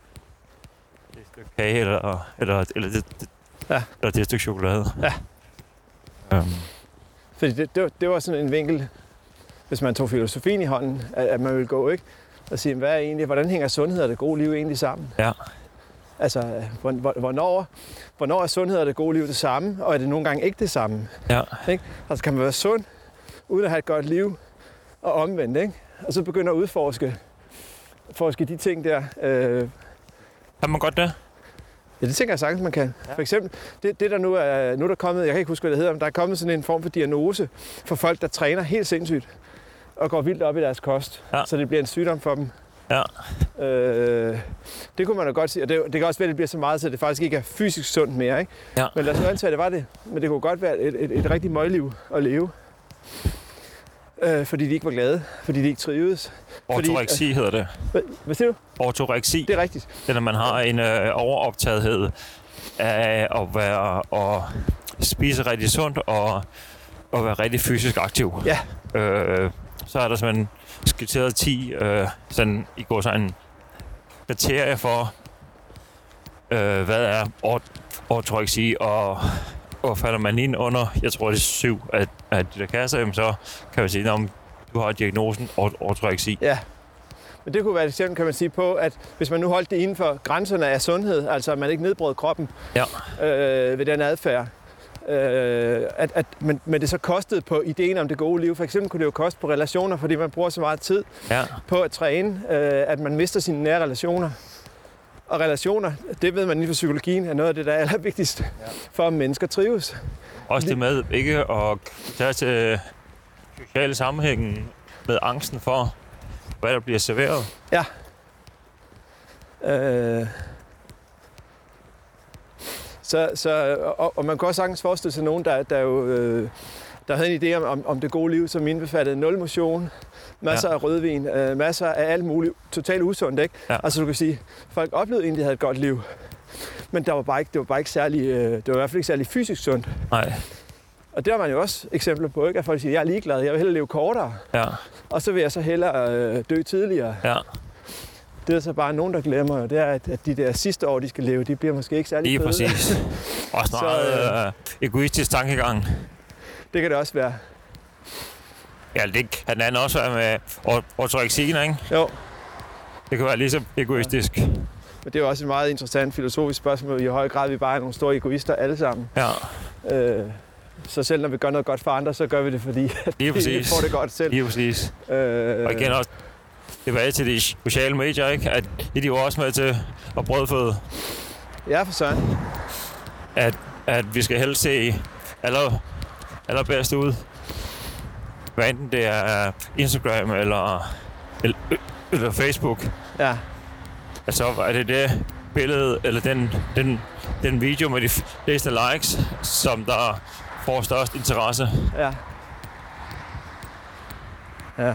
det stykke kage eller, eller, eller, det, det, ja. eller det stykke chokolade. Ja. Um. Fordi det, det, var, det var sådan en vinkel, hvis man tog filosofien i hånden, at, at man ville gå, ikke? Og sige, hvad er egentlig, hvordan hænger sundhed og det gode liv egentlig sammen? Ja. Altså, hvornår, hvornår er sundhed og det gode liv det samme, og er det nogle gange ikke det samme? Ja. Ikke? Altså, kan man være sund, uden at have et godt liv, og omvendt, ikke? Og så begynder at udforske forske de ting der. Øh... Kan man godt det? Ja, det tænker jeg sagtens, man kan. Ja. For eksempel, det, det der nu er, nu er der kommet, jeg kan ikke huske, hvad det hedder, men der er kommet sådan en form for diagnose for folk, der træner helt sindssygt og går vildt op i deres kost, ja. Så det bliver en sygdom for dem. Ja. Øh, det kunne man da godt sige, og det, det kan også være, at det bliver så meget, så det faktisk ikke er fysisk sundt mere, ikke? Ja. Men lad os nu antage, at det var det. Men det kunne godt være et, et, et rigtigt møgliv at leve. Øh, fordi de ikke var glade, fordi de ikke trivedes. Ortoreksi fordi, hedder det. Hvad, hvad siger du? Ortoreksi. Det er rigtigt. Det er, når man har en øh, overoptagethed af at være og spise rigtig sundt og, og være rigtig fysisk aktiv. Ja. Øh, så er der simpelthen skitseret ti øh, sådan, i går sådan kriterier for, øh, hvad er ortoreksi, og, og falder man ind under, jeg tror det er syv af, af de der kasser, så kan vi sige, om du har diagnosen ortoreksi. Ja, men det kunne være et eksempel, kan man sige, på, at hvis man nu holdt det inden for grænserne af sundhed, altså at man ikke nedbrød kroppen ja. øh, ved den adfærd, øh, at, at, men, men det så kostede på ideen om det gode liv. For eksempel kunne det jo koste på relationer, fordi man bruger så meget tid ja. på at træne, øh, at man mister sine nære relationer. Og relationer, det ved man inden for psykologien, er noget af det, der er allervigtigst ja. for, at mennesker trives. Også det med ikke at tage til sociale sammenhængen med angsten for, hvad der bliver serveret. Ja. Øh. Så, så, og, og man kan også sagtens forestille sig nogen, der, der jo øh, der havde en idé om, om, om det gode liv, som indbefattede nul motion, masser ja. af rødvin, øh, masser af alt muligt, totalt usundt, ikke? Ja. Altså du kan sige, folk oplevede egentlig, at de havde et godt liv, men der var bare ikke, det var bare ikke særlig, øh, det var i hvert fald ikke særlig fysisk sundt. Nej. Og der var man jo også eksempler på, ikke? At folk siger, jeg er ligeglad, jeg vil hellere leve kortere, Ja. og så vil jeg så hellere øh, dø tidligere. Ja. Det er så bare nogen, der glemmer, det er, at, at de der sidste år, de skal leve, de bliver måske ikke særlig Lige fede. præcis. Også meget Så, øh, egoistisk tankegang. Det kan det også være. Ja, det kan den anden også være med ortoreksien, ikke? Jo. Det kan være lige så egoistisk. Ja. Men det er jo også et meget interessant filosofisk spørgsmål, i høj grad vi bare er nogle store egoister alle sammen. Ja. Øh, så selv når vi gør noget godt for andre, så gør vi det, fordi Lige vi præcis. får det godt selv. Lige præcis. Øh, Og igen også tilbage til de sociale medier, ikke? At de er jo også med til at brødføde, Ja, for søren. at, at vi skal helst se aller, allerbedst ud. Hvad enten det er Instagram eller, eller, eller Facebook. Ja. Altså er det det billede, eller den, den, den video med de fleste likes, som der får størst interesse. Ja. Ja.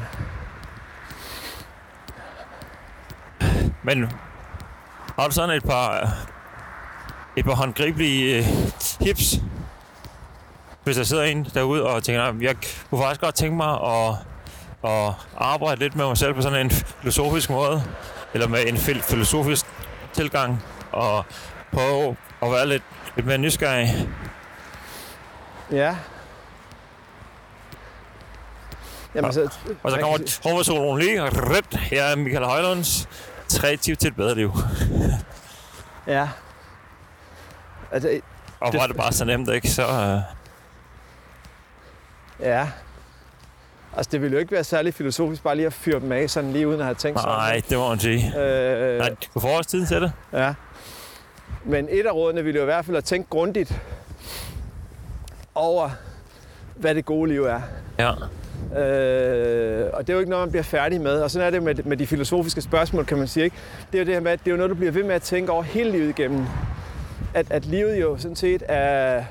Men har du sådan et par, et par håndgribelige øh, hips, hvis der sidder en derude og tænker, nej, jeg kunne faktisk godt tænke mig at, at arbejde lidt med mig selv på sådan en filosofisk måde, eller med en filosofisk tilgang, og prøve at være lidt, lidt mere nysgerrig. Ja. Jamen, så, Og så kommer hovedpersonen lige, og rødt, her er Michael Højlunds tre tips til et bedre liv. Ja. Altså, Og hvor er det bare så nemt, ikke? Så, uh... ja. Altså, det ville jo ikke være særlig filosofisk bare lige at fyre dem af, sådan lige uden at have tænkt sig. Nej, det må man sige. Øh, Nej, du får også tiden til det. Ja. Men et af rådene ville jo i hvert fald at tænke grundigt over, hvad det gode liv er. Ja. Øh, og det er jo ikke noget, man bliver færdig med. Og sådan er det med, med de filosofiske spørgsmål, kan man sige. Ikke? Det er jo det her med, at det er jo noget, du bliver ved med at tænke over hele livet igennem. At, at livet jo sådan set er,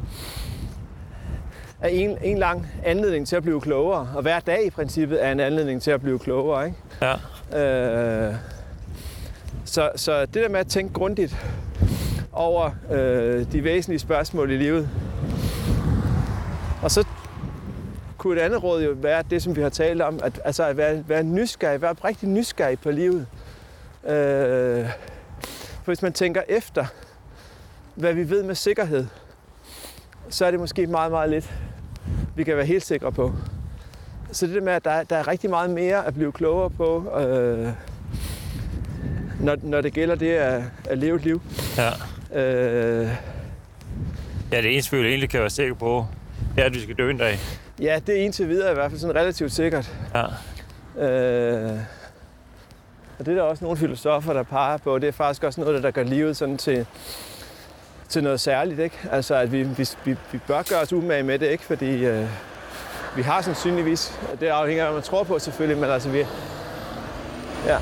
er en, en lang anledning til at blive klogere. Og hver dag i princippet er en anledning til at blive klogere. Ikke? Ja. Øh, så, så det der med at tænke grundigt over øh, de væsentlige spørgsmål i livet. Og så kunne et andet råd jo være det, som vi har talt om, at, altså at være, være nysgerrig, være rigtig nysgerrig på livet. Øh, for hvis man tænker efter, hvad vi ved med sikkerhed, så er det måske meget, meget lidt, vi kan være helt sikre på. Så det der med, at der er, der er rigtig meget mere at blive klogere på, øh, når, når det gælder det at, at leve et liv. Ja. Øh, Ja, det eneste, vi jo egentlig kan være sikre på, det er, at vi skal dø en dag. ja, det er indtil videre i hvert fald sådan relativt sikkert. Ja. Øh, og det er der også nogle filosofer, der peger på. Det er faktisk også noget, der gør livet sådan til, til noget særligt, ikke? Altså, at vi, vi, vi, vi bør gøre os umage med det, ikke? Fordi øh, vi har sandsynligvis, det afhænger af, hvad man tror på selvfølgelig, men altså vi... Ja.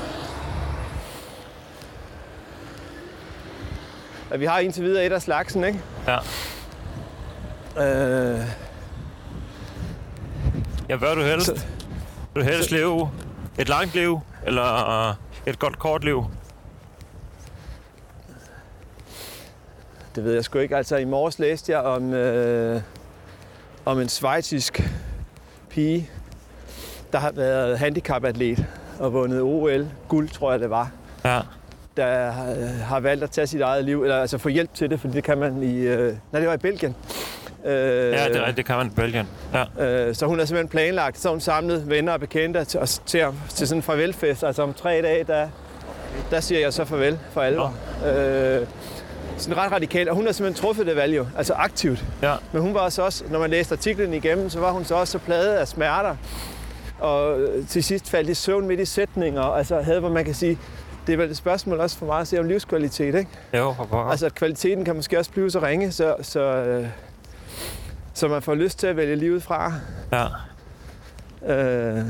At vi har indtil videre et af slagsen, ikke? Ja. Øh, Ja, hvad er du helst? Så- Vil du helst leve et langt liv, eller et godt kort liv? Det ved jeg sgu ikke. Altså, i morges læste jeg om, øh, om en schweizisk pige, der har været handicapatlet og vundet O L-guld, tror jeg det var. Ja. Der øh, har valgt at tage sit eget liv, eller altså få hjælp til det, for det kan man i... Øh, nej, det var i Belgien. Øh, Ja, det er rigtigt, det kan man i Belgien. Ja. Øh, så hun har simpelthen planlagt, så hun samlet venner og bekendte til, til, til sådan en farvelfest. Altså om tre dage, der, der siger jeg så farvel for alvor. Øh, sådan ret radikalt, og hun har simpelthen truffet det valg jo, altså aktivt. Ja. Men hun var så også, når man læste artiklen igennem, så var hun så også så plaget af smerter. Og øh, til sidst faldt i søvn midt i sætninger, og altså havde, hvor man kan sige, det er vel et spørgsmål også for mig at se om livskvalitet, ikke? Jo, for pokker. Altså at kvaliteten kan måske også blive så ringe, så, så, øh, så man får lyst til at vælge livet fra. Ja. Øh,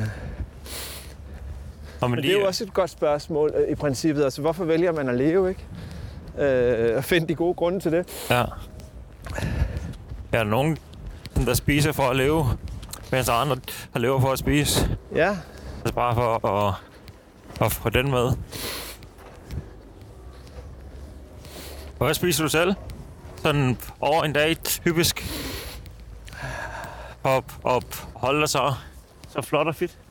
Og men det er jo også et godt spørgsmål øh, i princippet. Altså, hvorfor vælger man at leve, ikke? Øh, og finde de gode grunde til det. Ja. Ja, der er nogen, den, der spiser for at leve, mens andre, der lever for at spise. Ja. Altså bare for at, at få den med. Og hvad spiser du selv? Sådan over en dag, typisk. Og, og holde dig så, så flot og fit.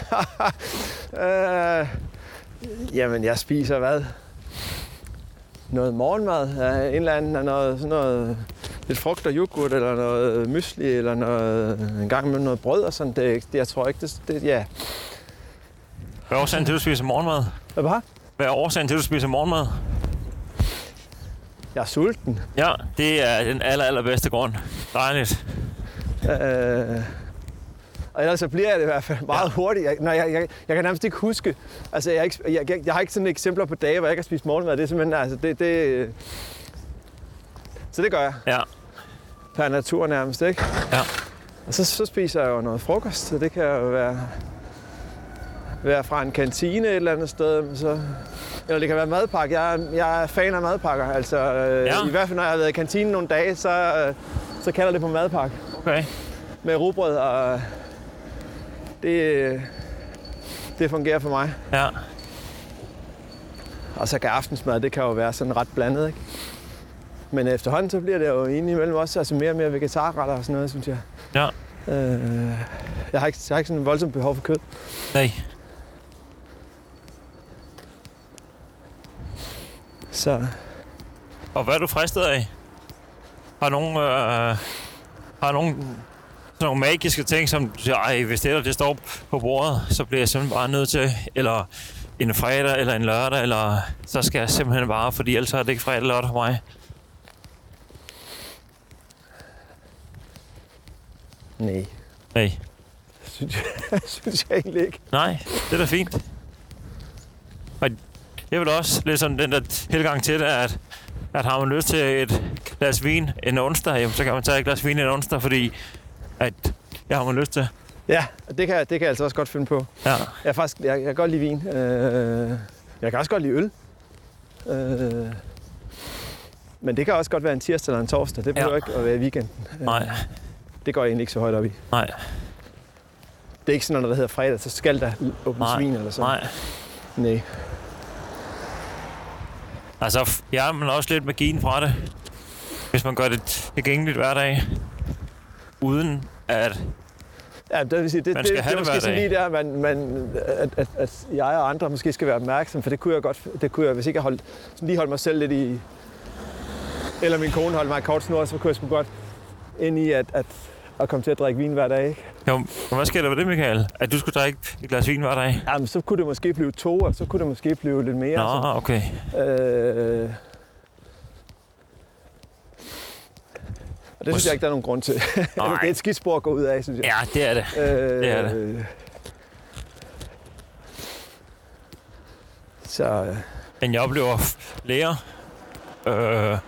øh, jamen, jeg spiser hvad? Noget morgenmad af en eller anden, noget, sådan noget, lidt frugt og yoghurt, eller noget mysli, eller noget, en gang med noget brød og sådan. Det, det jeg tror ikke, det, det ja. Hvad er årsagen til, at du spiser morgenmad? Hvad var? Hvad er årsagen til, at du spiser morgenmad? Jeg er sulten. Ja, det er den aller, allerbedste grund. Dejligt. Øh, og ellers så bliver jeg det i hvert fald meget ja. hurtigt. Jeg, når jeg, jeg, jeg kan nærmest ikke huske. Altså, jeg, jeg, jeg, jeg har ikke sådan eksempler på dage, hvor jeg ikke har spist morgenmad. Det er simpelthen, altså, det, det... Så det gør jeg. Ja. Per natur nærmest, ikke? Ja. Og så, så spiser jeg jo noget frokost, så det kan jo være, være fra en kantine et eller andet sted. Så, eller det kan være madpakke. Jeg, jeg er fan af madpakker. Altså, øh, ja. I hvert fald, når jeg har været i kantinen nogle dage, så, øh, så kalder det på madpakke. Okay. Med rugbrød, og det, det fungerer for mig. Ja. Og så kan aftensmad, det kan jo være sådan ret blandet, ikke? Men efterhånden, så bliver det jo indimellem også altså mere og mere vegetarretter og sådan noget, synes jeg. Ja. Øh, jeg, har ikke, jeg har ikke sådan en voldsomt behov for kød. Nej. Så. Og hvad er du fristet af? Har nogen, øh, har nogen sådan nogle magiske ting, som du siger, ej, hvis det der det står på bordet, så bliver jeg simpelthen bare nødt til, eller en fredag eller en lørdag, eller så skal jeg simpelthen bare, fordi ellers er det ikke fredag eller lørdag for mig. Nej. Nej. Synes jeg, synes jeg egentlig ikke. Nej, det er da fint. Og jeg vil også lidt sådan den der tilgang til det, at, at har man lyst til et glas vin en onsdag, jamen, så kan man tage et glas vin en onsdag, fordi at jeg har man lyst til. Ja, det kan, det kan jeg altså også godt finde på. Ja. Jeg, er faktisk, jeg, jeg kan godt lide vin. Øh, jeg kan også godt lide øl. Øh, men det kan også godt være en tirsdag eller en torsdag. Det behøver ja. ikke at være i weekenden. Nej. Det går jeg egentlig ikke så højt op i. Nej. Det er ikke sådan, når der hedder fredag, så skal der åbnes vin eller sådan. Nej. Nej. Altså, ja, men også lidt magien fra det. Hvis man gør det tilgængeligt hver dag. Uden at ja, det vil sige, det, man det, skal det, have det, det måske hver dag. lige der, man, man, at, at, at jeg og andre måske skal være opmærksom, for det kunne jeg godt, det kunne jeg, hvis ikke jeg holdt, lige holde mig selv lidt i, eller min kone holdt mig i kort snor, så kunne jeg sgu godt ind i at, at, at komme til at drikke vin hver dag, ikke? Jo, hvad sker der ved det, Michael? At du skulle drikke et glas vin hver dag? Jamen, så kunne det måske blive to, og så kunne det måske blive lidt mere. Nå, så. okay. Øh, og det synes jeg ikke, der er nogen grund til. Det er et skidt spor at gå ud af, synes jeg. Ja, det er det. Øh, det er det. Så... Men jeg oplever læger, øh,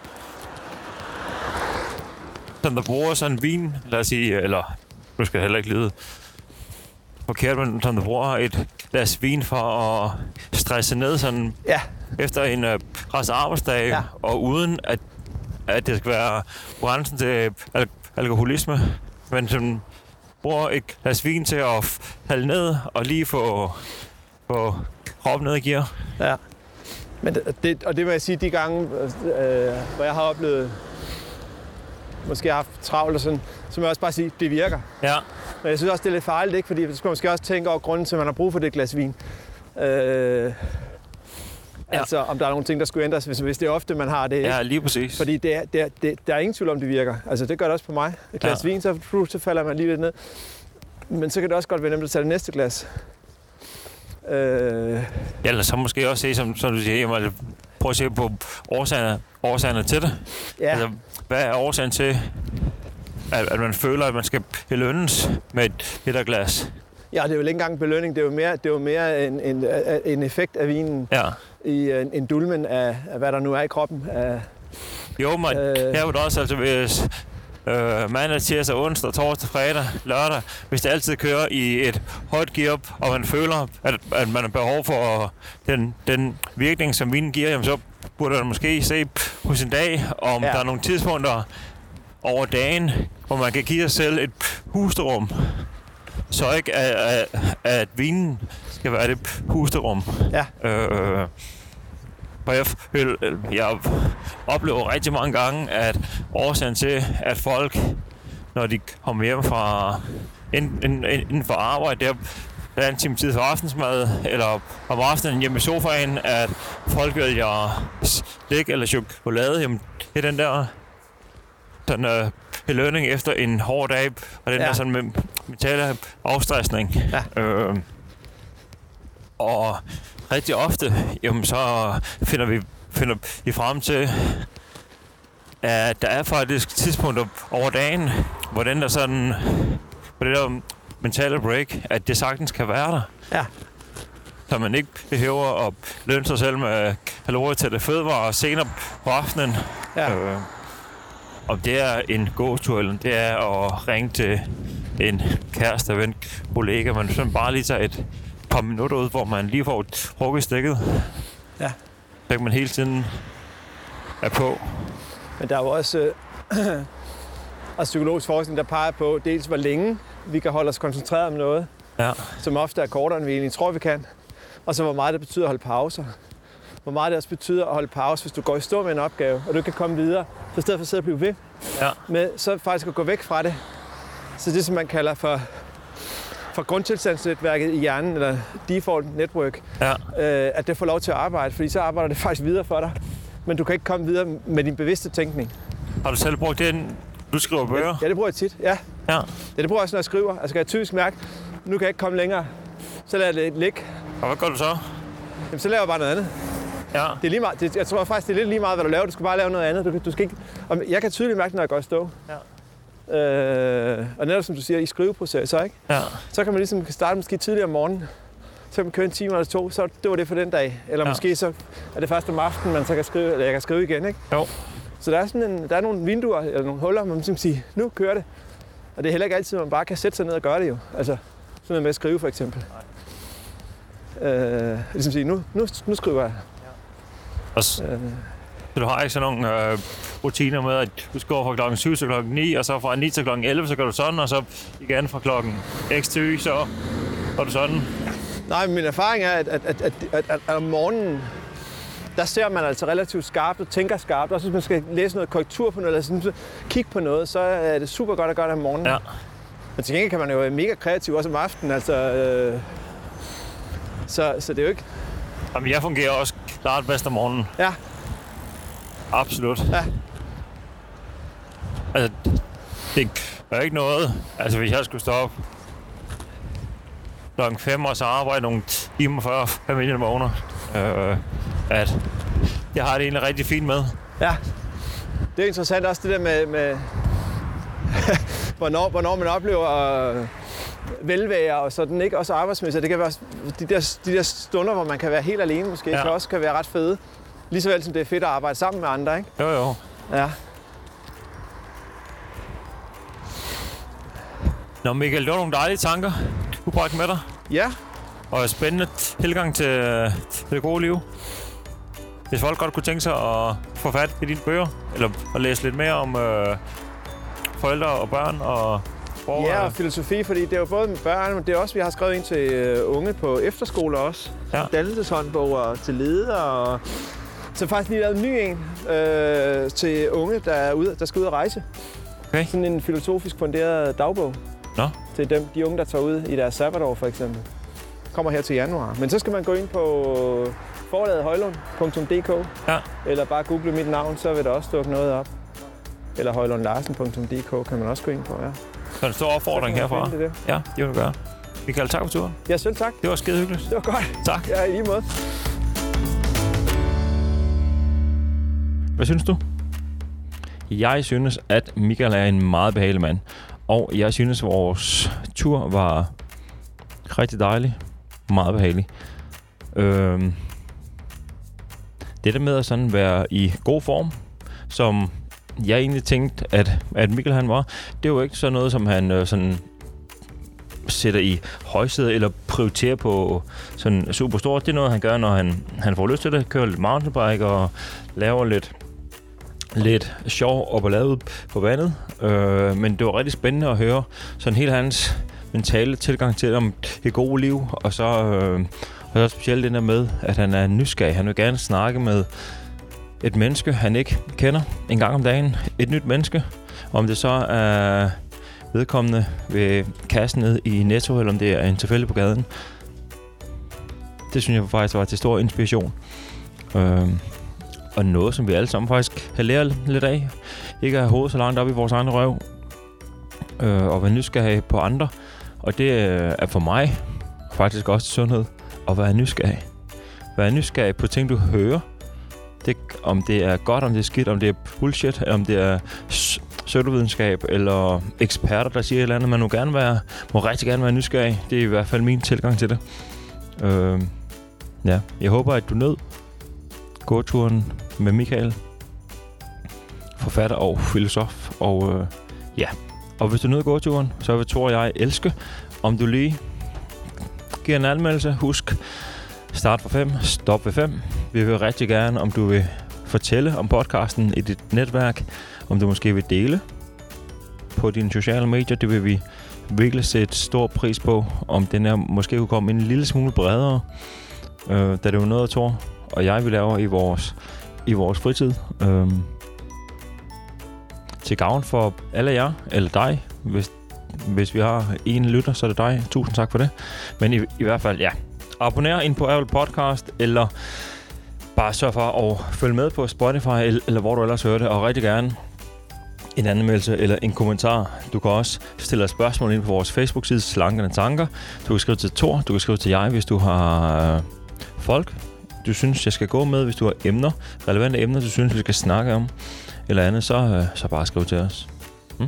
som der bruger sådan en vin, lad os sige, eller nu skal jeg heller ikke lide forkert, men som der bruger et glas vin for at stresse ned sådan ja. efter en øh, presset arbejdsdag, ja. Og uden at, at det skal være grænsen til al- alkoholisme, men som bruger et glas vin til at falde ned og lige få, få kroppen ned i gear. Ja. Men det, og det vil jeg sige, de gange, øh, hvor jeg har oplevet, måske har haft travlt og sådan, så må jeg også bare sige, det virker. Ja. Men jeg synes også, det er lidt farligt, ikke? Fordi så skal man måske også tænke over grunden til, at man har brug for det glas vin. Øh, ja. Altså, om der er nogle ting, der skulle ændres, hvis, hvis det er ofte, man har det. Ikke? Ja, lige præcis. Fordi det er, det er, det, der er ingen tvivl om, det virker. Altså, det gør det også på mig. Et glas ja. vin, så, så falder man lige lidt ned. Men så kan det også godt være nemt at tage det næste glas. Øh... Ja, eller så måske også se, som, som du siger, jamen, prøv at se på årsagerne, årsagerne til det. Ja. Altså, hvad er årsagen til, at, at man føler, at man skal belønnes med et bitterglas? Ja, det er jo ikke engang belønning. Det er jo mere, det er jo mere en, en, en effekt af vinen ja. i en, en dulmen af, af, hvad der nu er i kroppen. Af, jo, men øh... her vil det også, altså hvis øh, mandag, tirsdag, onsdag, torsdag, fredag, lørdag, hvis det altid kører i et højt gear op, og man føler, at, at man har behov for den, den virkning, som vinen giver, jamen, så burde man måske se på sin dag, om ja. der er nogle tidspunkter over dagen, hvor man kan give sig selv et pusterum, så ikke at, at, at vinen skal være det pusterum. Ja. Øh, for jeg, jeg oplever rigtig mange gange, at årsagen til, at folk, når de kommer hjem fra inden, inden for arbejde, der er en time tid for aftensmad, eller om aftenen hjemme i sofaen, at folk vælger slik eller chokolade. Jamen, det er den der den, øh, belønning efter en hård dag, og den ja. der sådan med mentale afstressning. Ja. Øh, og rigtig ofte, jamen, så finder vi, finder vi frem til, at der er faktisk tidspunkter over dagen, hvor den der sådan, hvor det der mentale break, at det sagtens kan være der. Ja. Så man ikke behøver at lønne sig selv med kalorier til det fødevarer senere på aftenen. Ja. Øh, og det er en gåtur, eller det er at ringe til en kæreste, ven, kollega, man sådan bare lige tager et par minutter ud, hvor man lige får hugget stikket. Ja. Så man hele tiden er på. Men der er jo også øh, og psykologisk forskning, der peger på dels, hvor længe vi kan holde os koncentreret om noget, ja. som ofte er kortere, end vi egentlig tror, vi kan. Og så hvor meget det betyder at holde pauser. Hvor meget det også betyder at holde pause, hvis du går i stå med en opgave, og du kan komme videre. Så i stedet for at sidde og blive ved, ja. med, så faktisk at gå væk fra det. Så det, som man kalder for, for grundtilstandsnetværket i hjernen, eller default network, ja. øh, at det får lov til at arbejde, fordi så arbejder det faktisk videre for dig. Men du kan ikke komme videre med din bevidste tænkning. Har du selv brugt den? Du skriver bøger? Ja, det bruger jeg tit, ja. Ja. Ja, det bruger jeg også, når jeg skriver. Altså kan jeg typisk mærke, nu kan jeg ikke komme længere. Så lader jeg det ligge. Og hvad gør du så? Jamen, så laver jeg bare noget andet. Ja. Det er lige meget, det, jeg tror faktisk, det er lidt lige meget, hvad du laver. Du skal bare lave noget andet. Du, du skal ikke, og jeg kan tydeligt mærke, når jeg går i stå. Ja. Øh, og netop som du siger, i skriveprocesser, ikke? Ja. Så kan man ligesom starte måske tidligere om morgenen. Så kan man køre en time eller to, så det var det for den dag. Eller ja. måske så er det først om aftenen, man så kan skrive, eller jeg kan skrive igen, ikke? Jo. Så der er sådan en, der er nogle vinduer eller nogle huller, man kan sige, nu kører det. Og det er heller ikke altid, at man bare kan sætte sig ned og gøre det jo. Altså sådan noget med at skrive for eksempel. Øh, ligesom sige, nu, nu, nu skriver jeg. Og s- øh. Så du har ikke sådan nogle øh, rutiner med, at du skal over fra klokken syv til klokken ni, og så fra ni til klokken elleve, så gør du sådan, og så igen fra klokken x til y, så gør du sådan? Nej, men min erfaring er, at, at, at, at, at, at, at om morgenen, der ser man altså relativt skarpt og tænker skarpt. Også hvis man skal læse noget korrektur på noget, eller sådan, kigge på noget, så er det super godt at gøre det om morgenen. Ja. Men til gengæld kan man jo være mega kreativ også om aftenen. Altså, øh, så, så det er jo ikke... Jamen, jeg fungerer også klart bedst om morgenen. Ja. Absolut. Ja. Altså, det er ikke noget. Altså, hvis jeg skulle stoppe klokken fem og så arbejde nogle timer før familien vågner, øh, at jeg har det egentlig rigtig fint med. Ja. Det er interessant også det der med, med hvornår, hvornår man oplever øh, velvære og sådan, ikke? Også arbejdsmæssigt. Det kan være de der, de der stunder, hvor man kan være helt alene måske, ja. kan også kan være ret fede. Lige så vel som det er fedt at arbejde sammen med andre, ikke? Jo, jo. Ja. Nå, Michael, det var nogle dejlige tanker, du bragte med dig. Ja. Og spændende tilgang til, til det gode liv. Hvis folk godt kunne tænke sig at få fat i dine bøger, eller at læse lidt mere om øh, forældre og børn og borgere. Ja, og filosofi, fordi det er jo både med børn, men det er også, vi har skrevet ind til unge på efterskoler også. Ja. Dannelseshåndboger til ledere. Og så faktisk lige lavet en ny en øh, til unge, der, er ude, der skal ud og rejse. Okay. Sådan en filosofisk funderet dagbog. Nå. Til dem, de unge, der tager ud i deres sabbatår for eksempel. Kommer her til januar. Men så skal man gå ind på forlaget højlund punktum d k, ja. eller bare google mit navn, så vil der også dukke noget op. Eller højlund larsen punktum d k kan man også gå ind på, ja. Så en stor opfordring herfra. Det, det. Ja, det vil du gøre. Michael, tak for turen. Ja, selv tak. Det var skide hyggeligt. Det var godt. Tak. Ja, i lige måde. Hvad synes du? Jeg synes, at Michael er en meget behagelig mand. Og jeg synes, at vores tur var rigtig dejlig. Meget behagelig. Øhm, det der med at sådan være i god form, som jeg egentlig tænkte, at, at Michael han var, det er jo ikke sådan noget, som han øh, sådan sætter i højsædet eller prioriterer på sådan super stort. Det er noget, han gør, når han, han får lyst til det. Kører lidt mountainbike og laver lidt lidt sjov og ballade på vandet. Øh, men det var rigtig spændende at høre sådan helt hans mentale tilgang til om det gode liv. Og så, øh, og så specielt det der med, at han er nysgerrig. Han vil gerne snakke med et menneske, han ikke kender en gang om dagen. Et nyt menneske. Om det så er vedkommende ved kassen nede i Netto, eller om det er en tilfælde på gaden. Det synes jeg faktisk var til stor inspiration. Øh, Og noget, som vi alle sammen faktisk kan lære lidt af. Ikke at have hovedet så langt op i vores egen røv. Øh, og være nysgerrig på andre. Og det er for mig faktisk også til sundhed. At være nysgerrig. Være nysgerrig på ting, du hører. Det, om det er godt, om det er skidt, om det er bullshit, om det er pseudovidenskab, eller eksperter, der siger et eller andet. Man må, gerne være, må rigtig gerne være nysgerrig. Det er i hvert fald min tilgang til det. Øh, ja, jeg håber, at du nød gåturen med Michael, forfatter og filosof. Og øh, ja, og hvis du nød gåturen, så vil Thor og jeg elske, om du lige giver en anmeldelse. Husk, start fra fem, stop ved fem. Vi vil rigtig gerne, om du vil fortælle om podcasten i dit netværk, om du måske vil dele på dine sociale medier. Det vil vi virkelig sætte stor pris på, om den her måske kunne komme en lille smule bredere, øh, da det var noget, Thor og jeg vil lave i vores, i vores fritid. Øhm, til gavn for alle jer, eller dig. Hvis, hvis vi har en lytter, så er det dig. Tusind tak for det. Men i, i hvert fald, ja. Abonner ind på Apple Podcast, eller bare sørg for at følge med på Spotify, eller, eller hvor du ellers hører det. Og rigtig gerne en anmeldelse eller en kommentar. Du kan også stille et spørgsmål ind på vores Facebook-side, Slankende Tanker. Du kan skrive til Thor, du kan skrive til jeg, hvis du har øh, folk, du synes, jeg skal gå med. Hvis du har emner, relevante emner, du synes, vi skal snakke om, eller andet, så, øh, så bare skriv til os. Hmm?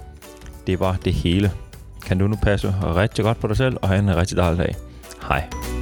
Det var det hele. Kan du nu passe rigtig godt på dig selv, og have en rigtig dejlig dag. Hej.